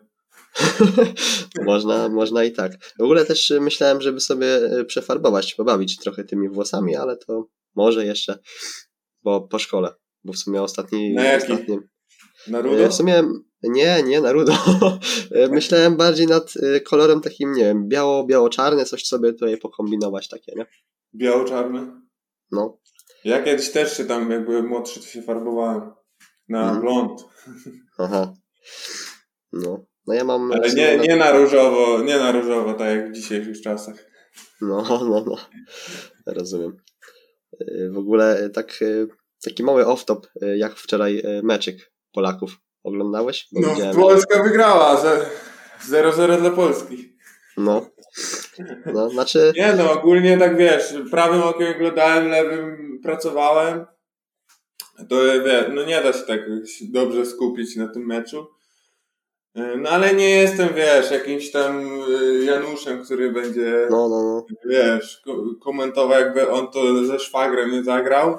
można, można i tak. W ogóle też myślałem, żeby sobie przefarbować, pobawić trochę tymi włosami, ale to może jeszcze, bo po szkole, bo w sumie ostatni... Na jaki? Ostatni... Na rudo? W sumie nie, nie na rudo. Myślałem bardziej nad kolorem takim, nie wiem, biało, biało-czarny, coś sobie tutaj pokombinować takie, nie? Biało-czarny? No. Ja kiedyś też się tam, jak byłem młodszy, to się farbowałem na mm. blond. Aha. No. No ja mam... Ale nie, nie na różowo, nie na różowo, tak jak w dzisiejszych czasach. No, no, no. Rozumiem. W ogóle tak, taki mały off-top, jak wczoraj meczyk Polaków. Oglądałeś? Bo no, Polska jak... wygrała. zero zero dla Polski. No. No, znaczy... Nie no, ogólnie tak wiesz, prawym okiem oglądałem, lewym pracowałem. To wiesz, no nie da się tak dobrze skupić na tym meczu. No ale nie jestem, wiesz, jakimś tam Januszem, który będzie, no, no, no. wiesz, komentował, jakby on to ze szwagrem nie zagrał.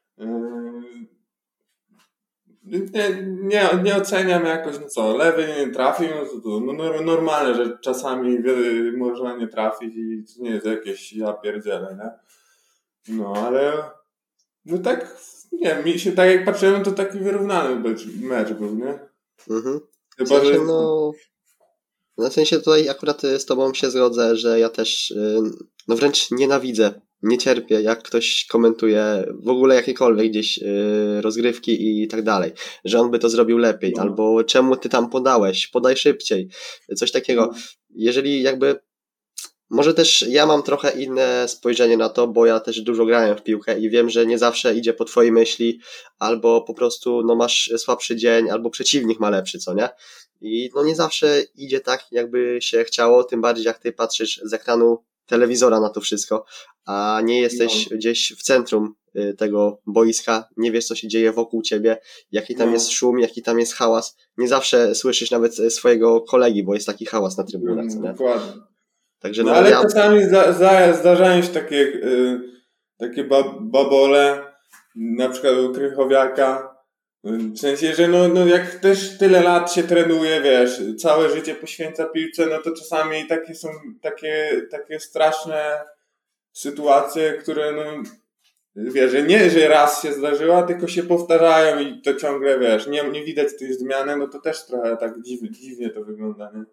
Nie, nie, nie oceniam jakoś, no co, lewy nie trafił, no to no, normalne, że czasami można nie trafić i to nie jest jakieś ja pierdzielę, nie? No ale, no tak, nie mi się, tak jak patrzyłem, to taki wyrównany mecz był, nie? Mhm. Chyba, że... no... No w sensie tutaj akurat y, z tobą się zgodzę, że ja też y, no wręcz nienawidzę, nie cierpię, jak ktoś komentuje w ogóle jakiekolwiek gdzieś y, rozgrywki i tak dalej, że on by to zrobił lepiej, No, albo czemu ty tam podałeś, podaj szybciej, coś takiego. no, Jeżeli jakby może też ja mam trochę inne spojrzenie na to, bo ja też dużo grałem w piłkę i wiem, że nie zawsze idzie po twojej myśli, albo po prostu no masz słabszy dzień, albo przeciwnik ma lepszy, co nie? I no nie zawsze idzie tak, jakby się chciało, tym bardziej jak ty patrzysz z ekranu telewizora na to wszystko, a nie jesteś no, gdzieś w centrum y, tego boiska, nie wiesz co się dzieje wokół ciebie, jaki tam jest no, szum, jaki tam jest hałas, nie zawsze słyszysz nawet swojego kolegi, bo jest taki hałas na trybunach, co no, nie? dokładnie. Także No no ale ja... czasami zda, zda, zdarzają się takie, y, takie bab, babole, na przykład u Krychowiaka. W sensie, że no, no jak też tyle lat się trenuje, wiesz, całe życie poświęca piłce, no to czasami takie są takie, takie straszne sytuacje, które no wiesz, że nie, że raz się zdarzyła, tylko się powtarzają i to ciągle, wiesz, nie, nie widać tej zmiany, no to też trochę tak dziwnie, dziwnie to wygląda, nie?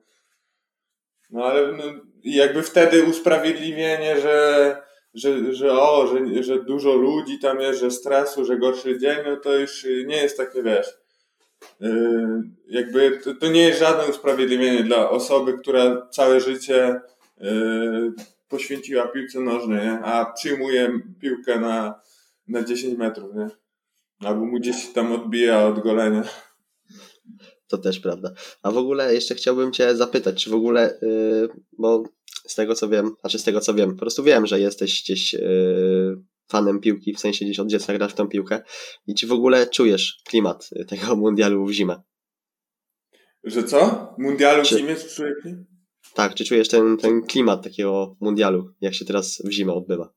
No ale no, i jakby wtedy usprawiedliwienie, że, że, że o, że, że dużo ludzi tam jest, że stresu, że gorszy dzień, no to już nie jest takie, wiesz, yy, jakby to, to nie jest żadne usprawiedliwienie dla osoby, która całe życie yy, poświęciła piłce nożnej, nie? A przyjmuje piłkę na, na dziesięć metrów, nie? Albo mu gdzieś tam odbija od golenia. To też prawda. A w ogóle jeszcze chciałbym cię zapytać, czy w ogóle, yy, bo z tego co wiem, znaczy z tego co wiem, po prostu wiem, że jesteś gdzieś yy, fanem piłki, w sensie gdzieś od dziecka grasz w tą piłkę i czy w ogóle czujesz klimat tego mundialu w zimę? Że co? Mundialu w Czy, zimie czy człowiek? tak, czy czujesz ten, ten klimat takiego mundialu, jak się teraz w zimę odbywa?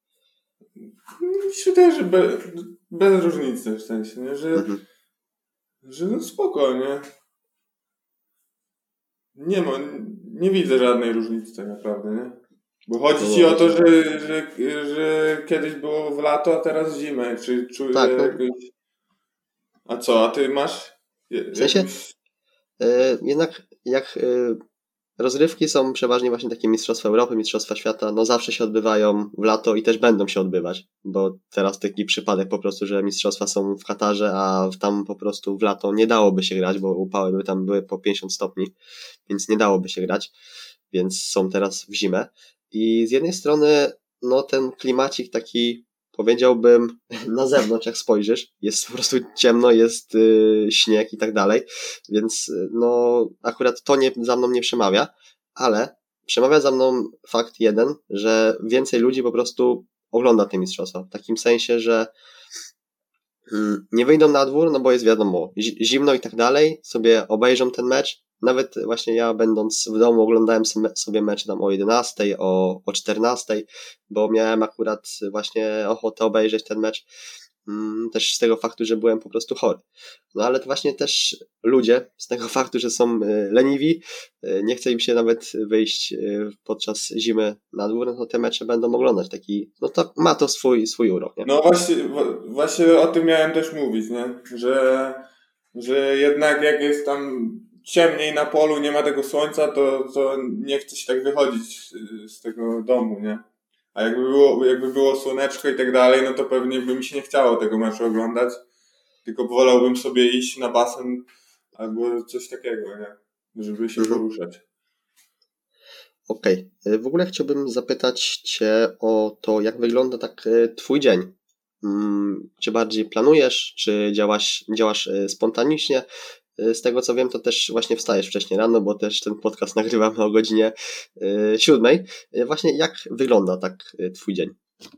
Mi się wydaje, że be, bez różnicy w sensie, nie? Że, Mhm. że no spoko, nie? Nie ma, nie widzę żadnej różnicy tak naprawdę, nie? Bo No, chodzi ci no, o to, rozumiem. że, że, że kiedyś było w lato, a teraz w zimę. Czy czuję Tak, no jakoś... A co, a ty masz je- w sensie jakąś... yy, jednak jak yy, rozgrywki są przeważnie właśnie takie Mistrzostwa Europy, Mistrzostwa Świata, no zawsze się odbywają w lato i też będą się odbywać, bo teraz taki przypadek po prostu, że Mistrzostwa są w Katarze, a tam po prostu w lato nie dałoby się grać, bo upały by tam były po pięćdziesiąt stopni, więc nie dałoby się grać, więc są teraz w zimę. I z jednej strony, no ten klimacik taki, powiedziałbym, na zewnątrz jak spojrzysz, jest po prostu ciemno, jest yy, śnieg i tak dalej, więc y, no akurat to nie, za mną nie przemawia, ale przemawia za mną fakt jeden, że więcej ludzi po prostu ogląda te mistrzostwa, w takim sensie, że mm, nie wyjdą na dwór, no bo jest wiadomo, zi- zimno i tak dalej, sobie obejrzą ten mecz. Nawet właśnie ja będąc w domu oglądałem sobie sobie mecz tam o jedenastej, o, o czternastej, bo miałem akurat właśnie ochotę obejrzeć ten mecz. Mm, Też z tego faktu, że byłem po prostu chory. No ale to właśnie też ludzie z tego faktu, że są y, leniwi, y, nie chce im się nawet wyjść y, podczas zimy na dwór, no to te mecze będą oglądać. Taki, no to ma to swój, swój urok, nie? No właśnie, wa- właśnie o tym miałem też mówić, nie? Że, że jednak jak jest tam ciemniej na polu, nie ma tego słońca, to, to nie chce się tak wychodzić z, z tego domu, nie? A jakby było, jakby było słoneczko i tak dalej, no to pewnie by mi się nie chciało tego meczu oglądać. Tylko wolałbym sobie iść na basen albo coś takiego, nie? Żeby się Mhm. poruszać. Okej. Y, W ogóle chciałbym zapytać Cię o to, jak wygląda tak y, Twój dzień. Mm, Czy bardziej planujesz, czy działasz, działasz y, spontanicznie? Y, Z tego co wiem, to też właśnie wstajesz wcześniej rano, bo też ten podcast nagrywamy o godzinie y, siódmej. Y, Właśnie jak wygląda tak y, Twój dzień?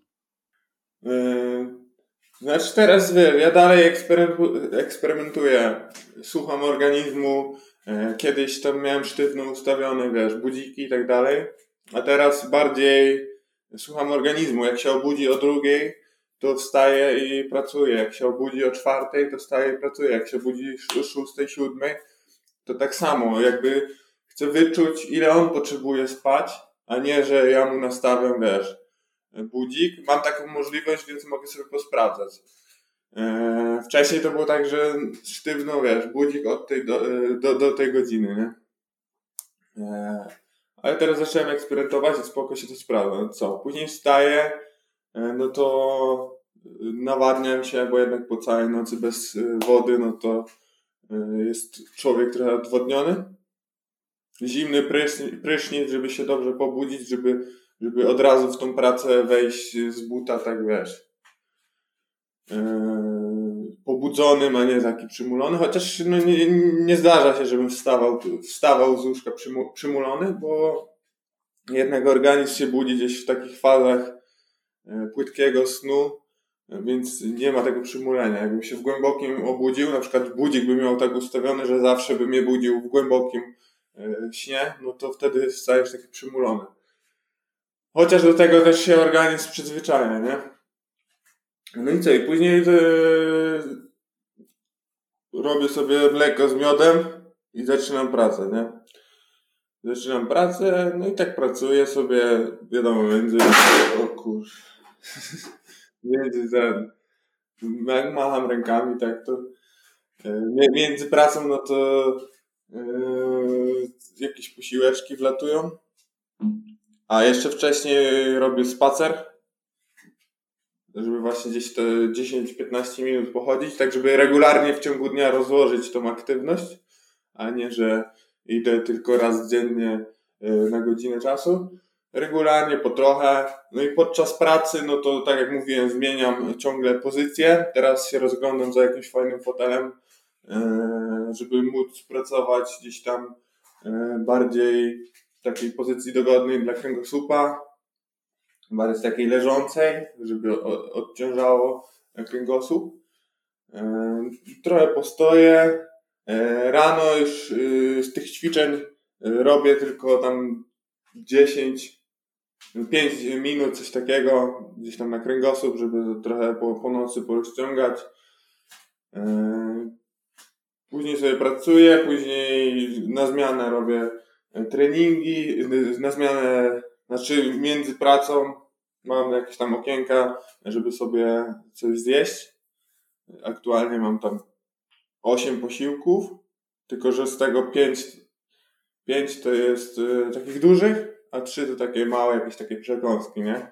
Yy, znaczy teraz wiesz, ja dalej eksperymentu- eksperymentuję. Słucham organizmu. Yy, kiedyś tam miałem sztywno ustawione, wiesz, budziki i tak dalej. A teraz bardziej słucham organizmu. Jak się obudzi o drugiej, to wstaję i pracuję. Jak się obudzi o czwartej, to wstaję i pracuję. Jak się obudzi o szóstej, siódmej, to tak samo. Jakby chcę wyczuć, ile on potrzebuje spać, a nie, że ja mu nastawiam, wiesz, budzik. Mam taką możliwość, więc mogę sobie posprawdzać. Eee, wcześniej to było tak, że sztywno, wiesz, budzik od tej do, do, do tej godziny, nie? E, ale teraz zacząłem eksperymentować i spoko się to sprawdza. No co, później wstaję, e, no to nawadniam się, bo jednak po całej nocy bez e, wody, no to e, jest człowiek trochę odwodniony. Zimny prysznic, prysznic, żeby się dobrze pobudzić, żeby, żeby od razu w tą pracę wejść z buta, tak wiesz, yy, pobudzonym, a nie taki przymulony, chociaż no, nie, nie zdarza się, żebym wstawał, wstawał z łóżka przymu, przymulony, bo jednak organizm się budzi gdzieś w takich fazach yy, płytkiego snu, więc nie ma tego przymulenia. Jakbym się w głębokim obudził, na przykład budzik by miał tak ustawiony, że zawsze by mnie budził w głębokim śnie, no to wtedy stajesz taki przymulony. Chociaż do tego też się organizm przyzwyczaja, nie? No i co? I później yy, robię sobie mleko z miodem i zaczynam pracę, nie? Zaczynam pracę, no i tak pracuję sobie, wiadomo, między... O kur... między ten... Jak macham rękami, tak to... Yy, między pracą, no to... Yy, jakieś posiłeczki wlatują. A jeszcze wcześniej robię spacer, żeby właśnie gdzieś te dziesięć piętnaście minut pochodzić, tak żeby regularnie w ciągu dnia rozłożyć tą aktywność, a nie, że idę tylko raz dziennie na godzinę czasu. Regularnie, po trochę. No i podczas pracy, no to tak jak mówiłem, zmieniam ciągle pozycję. Teraz się rozglądam za jakimś fajnym fotelem, żeby móc pracować gdzieś tam bardziej w takiej pozycji dogodnej dla kręgosłupa, bardziej takiej leżącej, żeby odciążało kręgosłup. Trochę postoję. Rano już z tych ćwiczeń robię tylko tam dziesięć, pięć minut, coś takiego, gdzieś tam na kręgosłup, żeby trochę po, po nocy porozciągać. Później sobie pracuję, później na zmianę robię treningi, na zmianę, znaczy między pracą mam jakieś tam okienka, żeby sobie coś zjeść. Aktualnie mam tam osiem posiłków, tylko że z tego pięć to jest y, takich dużych, a trzy to takie małe, jakieś takie przekąski, nie?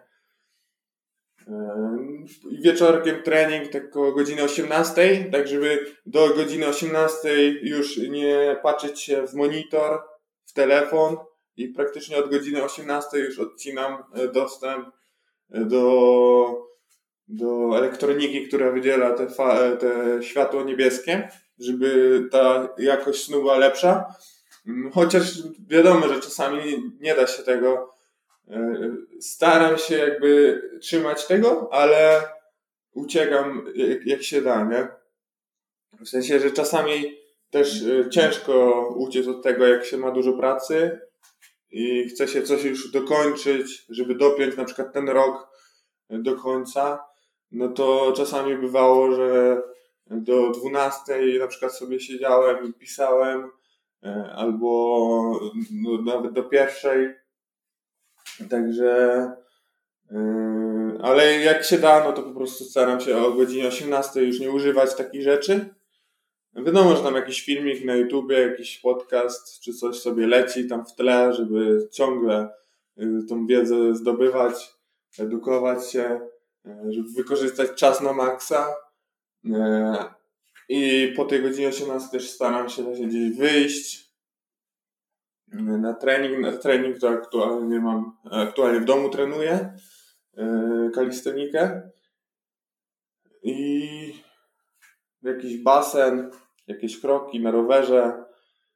I wieczorkiem trening tak około godziny osiemnastej, tak żeby do godziny osiemnastej już nie patrzeć się w monitor, w telefon i praktycznie od godziny osiemnastej już odcinam dostęp do, do elektroniki, która wydziela te, fa- te światło niebieskie, żeby ta jakość snu była lepsza. Chociaż wiadomo, że czasami nie da się tego. Staram się jakby trzymać tego, ale uciekam jak, jak się da, nie? W sensie, że czasami też ciężko uciec od tego, jak się ma dużo pracy i chce się coś już dokończyć, żeby dopiąć na przykład ten rok do końca, no to czasami bywało, że do dwunastej na przykład sobie siedziałem i pisałem, albo no, nawet do pierwszej. Także, yy, ale jak się da, no to po prostu staram się o godzinie osiemnastej już nie używać takich rzeczy. Wiadomo, że tam jakiś filmik na YouTubie, jakiś podcast, czy coś sobie leci tam w tle, żeby ciągle yy, tą wiedzę zdobywać, edukować się, yy, żeby wykorzystać czas na maksa. Yy, I po tej godzinie osiemnastej też staram się gdzieś wyjść na trening. Na trening to aktualnie mam, aktualnie w domu trenuję yy, kalistenikę i jakiś basen, jakieś kroki na rowerze.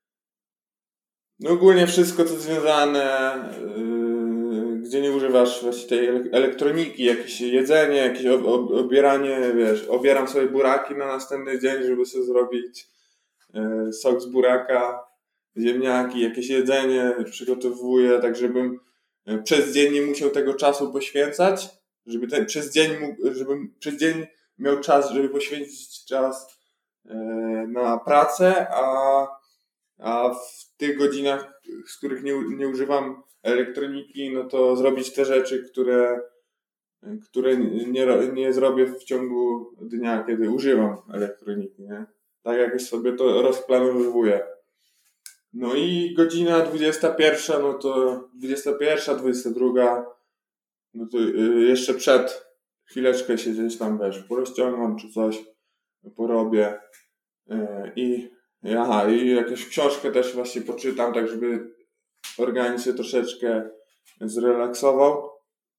No ogólnie wszystko, co związane, yy, gdzie nie używasz właśnie tej elektroniki, jakieś jedzenie, jakieś obieranie, wiesz, obieram sobie buraki na następny dzień, żeby sobie zrobić yy, sok z buraka, ziemniaki, jakieś jedzenie przygotowuję, tak żebym przez dzień nie musiał tego czasu poświęcać, żeby ten, przez dzień mógł, żebym przez dzień miał czas, żeby poświęcić czas e, na pracę, a, a w tych godzinach, z których nie, nie używam elektroniki, no to zrobić te rzeczy, które, które nie, nie zrobię w ciągu dnia, kiedy używam elektroniki, nie? Tak jakoś sobie to rozplanowuję. No i godzina dwudziesta pierwsza, no to dwudziesta pierwsza, dwudziesta druga, no to jeszcze przed chwileczkę się gdzieś tam, wiesz, porozciągam czy coś, porobię i aha, i jakąś książkę też właśnie poczytam, tak żeby organizm się troszeczkę zrelaksował.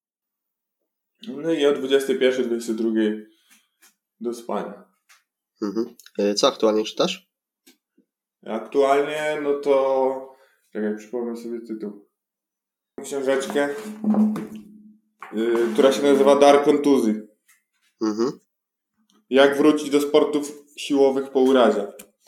No i o dwudziestej pierwszej, dwudziestej drugiej do spania. Mhm. Co aktualnie czytasz? Aktualnie, no to czekaj, przypomnę sobie tytuł. Książeczkę, yy, która się nazywa Dar kontuzji. Mhm. Jak wrócić do sportów siłowych po urazie.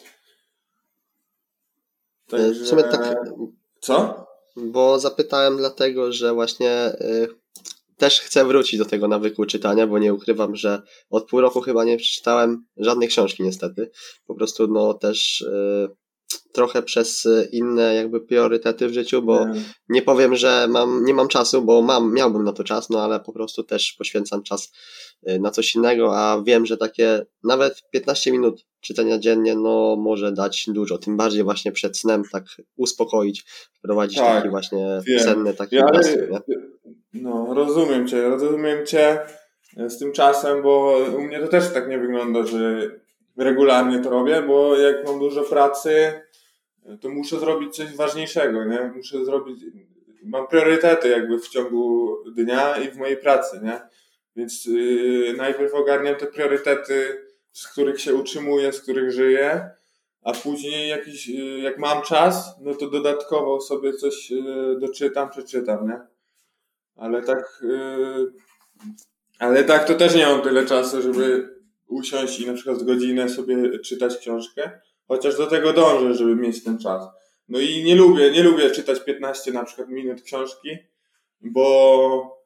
Także... W sumie tak... Co? Bo zapytałem dlatego, że właśnie y, też chcę wrócić do tego nawyku czytania, bo nie ukrywam, że od pół roku chyba nie przeczytałem żadnej książki niestety. Po prostu no też y, trochę przez inne jakby priorytety w życiu, bo nie, nie powiem, że mam, nie mam czasu, bo mam, miałbym na to czas, no ale po prostu też poświęcam czas na coś innego, a wiem, że takie nawet piętnaście minut czytania dziennie, no może dać dużo, tym bardziej właśnie przed snem tak uspokoić, wprowadzić tak, taki właśnie wiem. senny taki ja, nastrój, nie? No rozumiem Cię, rozumiem Cię z tym czasem, bo u mnie to też tak nie wygląda, że regularnie to robię, bo jak mam dużo pracy, to muszę zrobić coś ważniejszego, nie? Muszę zrobić, mam priorytety jakby w ciągu dnia i w mojej pracy, nie? Więc yy, najpierw ogarniam te priorytety, z których się utrzymuję, z których żyję, a później jakiś, yy, jak mam czas, no to dodatkowo sobie coś yy, doczytam, przeczytam, nie? Ale tak, yy, ale tak to też nie mam tyle czasu, żeby usiąść i na przykład godzinę sobie czytać książkę. Chociaż do tego dążę, żeby mieć ten czas. No i nie lubię, nie lubię czytać piętnaście na przykład minut książki, bo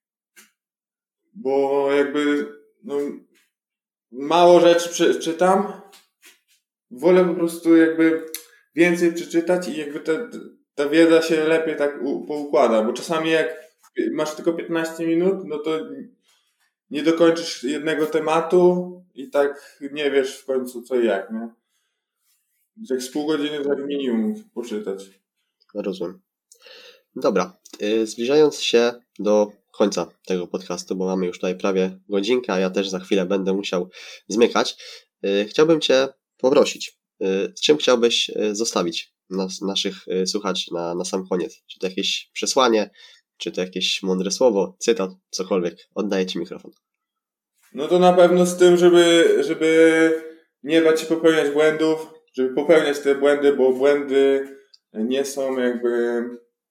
bo jakby no, mało rzeczy czytam. Wolę po prostu jakby więcej przeczytać i jakby ta, ta wiedza się lepiej tak u, poukłada, bo czasami jak masz tylko piętnaście minut, no to nie dokończysz jednego tematu i tak nie wiesz w końcu co i jak, nie? Jak z pół godziny tak minimum poczytać. Rozumiem. Dobra, zbliżając się do końca tego podcastu, bo mamy już tutaj prawie godzinkę, a ja też za chwilę będę musiał zmykać. Chciałbym Cię poprosić, z czym chciałbyś zostawić nas, naszych słuchaczy na, na sam koniec? Czy to jakieś przesłanie, czy to jakieś mądre słowo, cytat, cokolwiek. Oddaję Ci mikrofon. No to na pewno z tym, żeby, żeby nie bać się popełniać błędów, żeby popełniać te błędy, bo błędy nie są jakby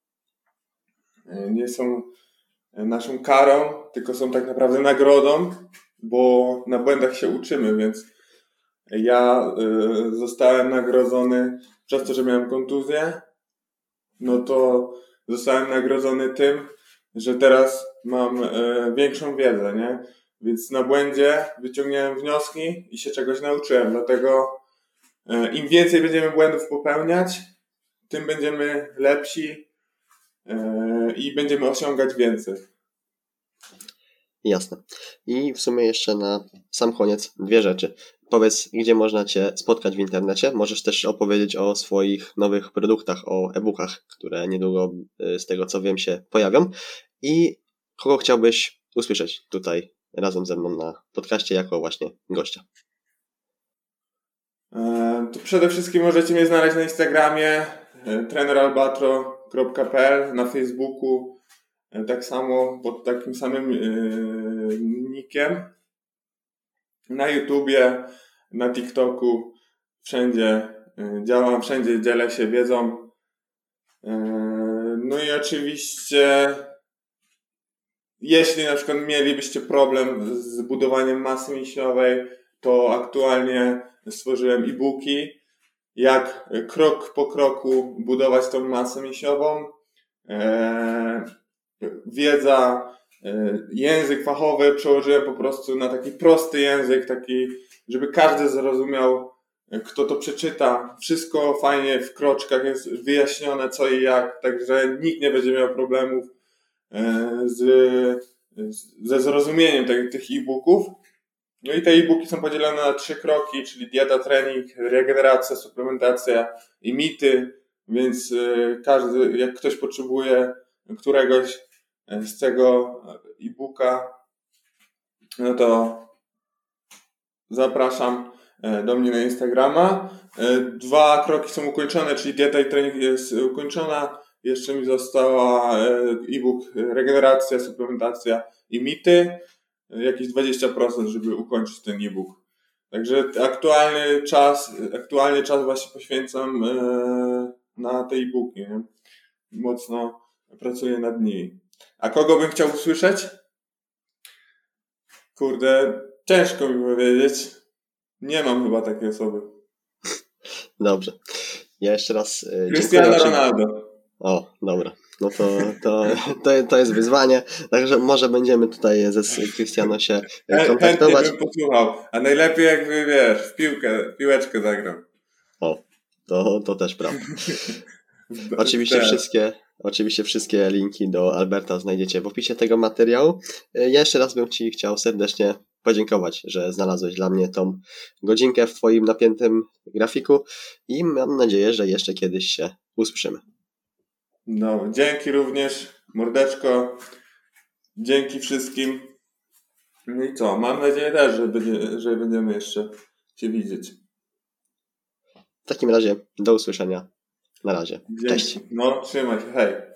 nie są naszą karą, tylko są tak naprawdę nagrodą, bo na błędach się uczymy, więc ja y, zostałem nagrodzony przez to, że miałem kontuzję, no to zostałem nagrodzony tym, że teraz mam y, większą wiedzę, nie? Więc na błędzie wyciągnąłem wnioski i się czegoś nauczyłem, dlatego y, im więcej będziemy błędów popełniać, tym będziemy lepsi y, i będziemy osiągać więcej. Jasne. I w sumie jeszcze na sam koniec dwie rzeczy. Powiedz, gdzie można Cię spotkać w internecie. Możesz też opowiedzieć o swoich nowych produktach, o e-bookach, które niedługo, z tego co wiem, się pojawią. I kogo chciałbyś usłyszeć tutaj razem ze mną na podcaście jako właśnie gościa? To przede wszystkim możecie mnie znaleźć na Instagramie trener albatro kropka p l, na Facebooku tak samo pod takim samym yy, nickiem, na YouTubie, na TikToku, wszędzie yy, działam, wszędzie dzielę się wiedzą. Yy, no i oczywiście jeśli na przykład mielibyście problem z budowaniem masy mięśniowej, to aktualnie stworzyłem e-booki, jak krok po kroku budować tą masę mięśniową. Wiedza, język fachowy przełożyłem po prostu na taki prosty język, taki, żeby każdy zrozumiał, kto to przeczyta. Wszystko fajnie w kroczkach jest wyjaśnione co i jak, także nikt nie będzie miał problemów z, ze zrozumieniem tych, tych e-booków. No i te e-booki są podzielone na trzy kroki, czyli dieta, trening, regeneracja, suplementacja i mity. Więc każdy, jak ktoś potrzebuje któregoś z tego e-booka, no to zapraszam do mnie na Instagrama. Dwa kroki są ukończone, czyli dieta i trening jest ukończona. Jeszcze mi została e-book regeneracja, suplementacja i mity. Jakieś dwadzieścia procent, żeby ukończyć ten e-book. Także aktualny czas, aktualnie czas właśnie poświęcam na te e-booki. Nie? Mocno pracuję nad nimi. A kogo bym chciał usłyszeć? Kurde, ciężko mi powiedzieć. Nie mam chyba takiej osoby. Dobrze. Ja jeszcze raz e, Cristiano dziękuję. Ronaldo. O, dobra. No to, to, to, to jest wyzwanie. Także może będziemy tutaj ze Cristiano się kontaktować. Chętnie bym posłuchał. A najlepiej jakby, wiesz, w piłkę, piłeczkę zagrał. O, to, to też prawda. Oczywiście wszystkie, oczywiście wszystkie linki do Alberta znajdziecie w opisie tego materiału. Ja jeszcze raz bym Ci chciał serdecznie podziękować, że znalazłeś dla mnie tą godzinkę w Twoim napiętym grafiku i mam nadzieję, że jeszcze kiedyś się usłyszymy. No, dzięki również, mordeczko. Dzięki wszystkim. No i co? Mam nadzieję też, że, będzie, że będziemy jeszcze się widzieć. W takim razie do usłyszenia. Na razie. Dzięki. Cześć. No, trzymaj się. Hej.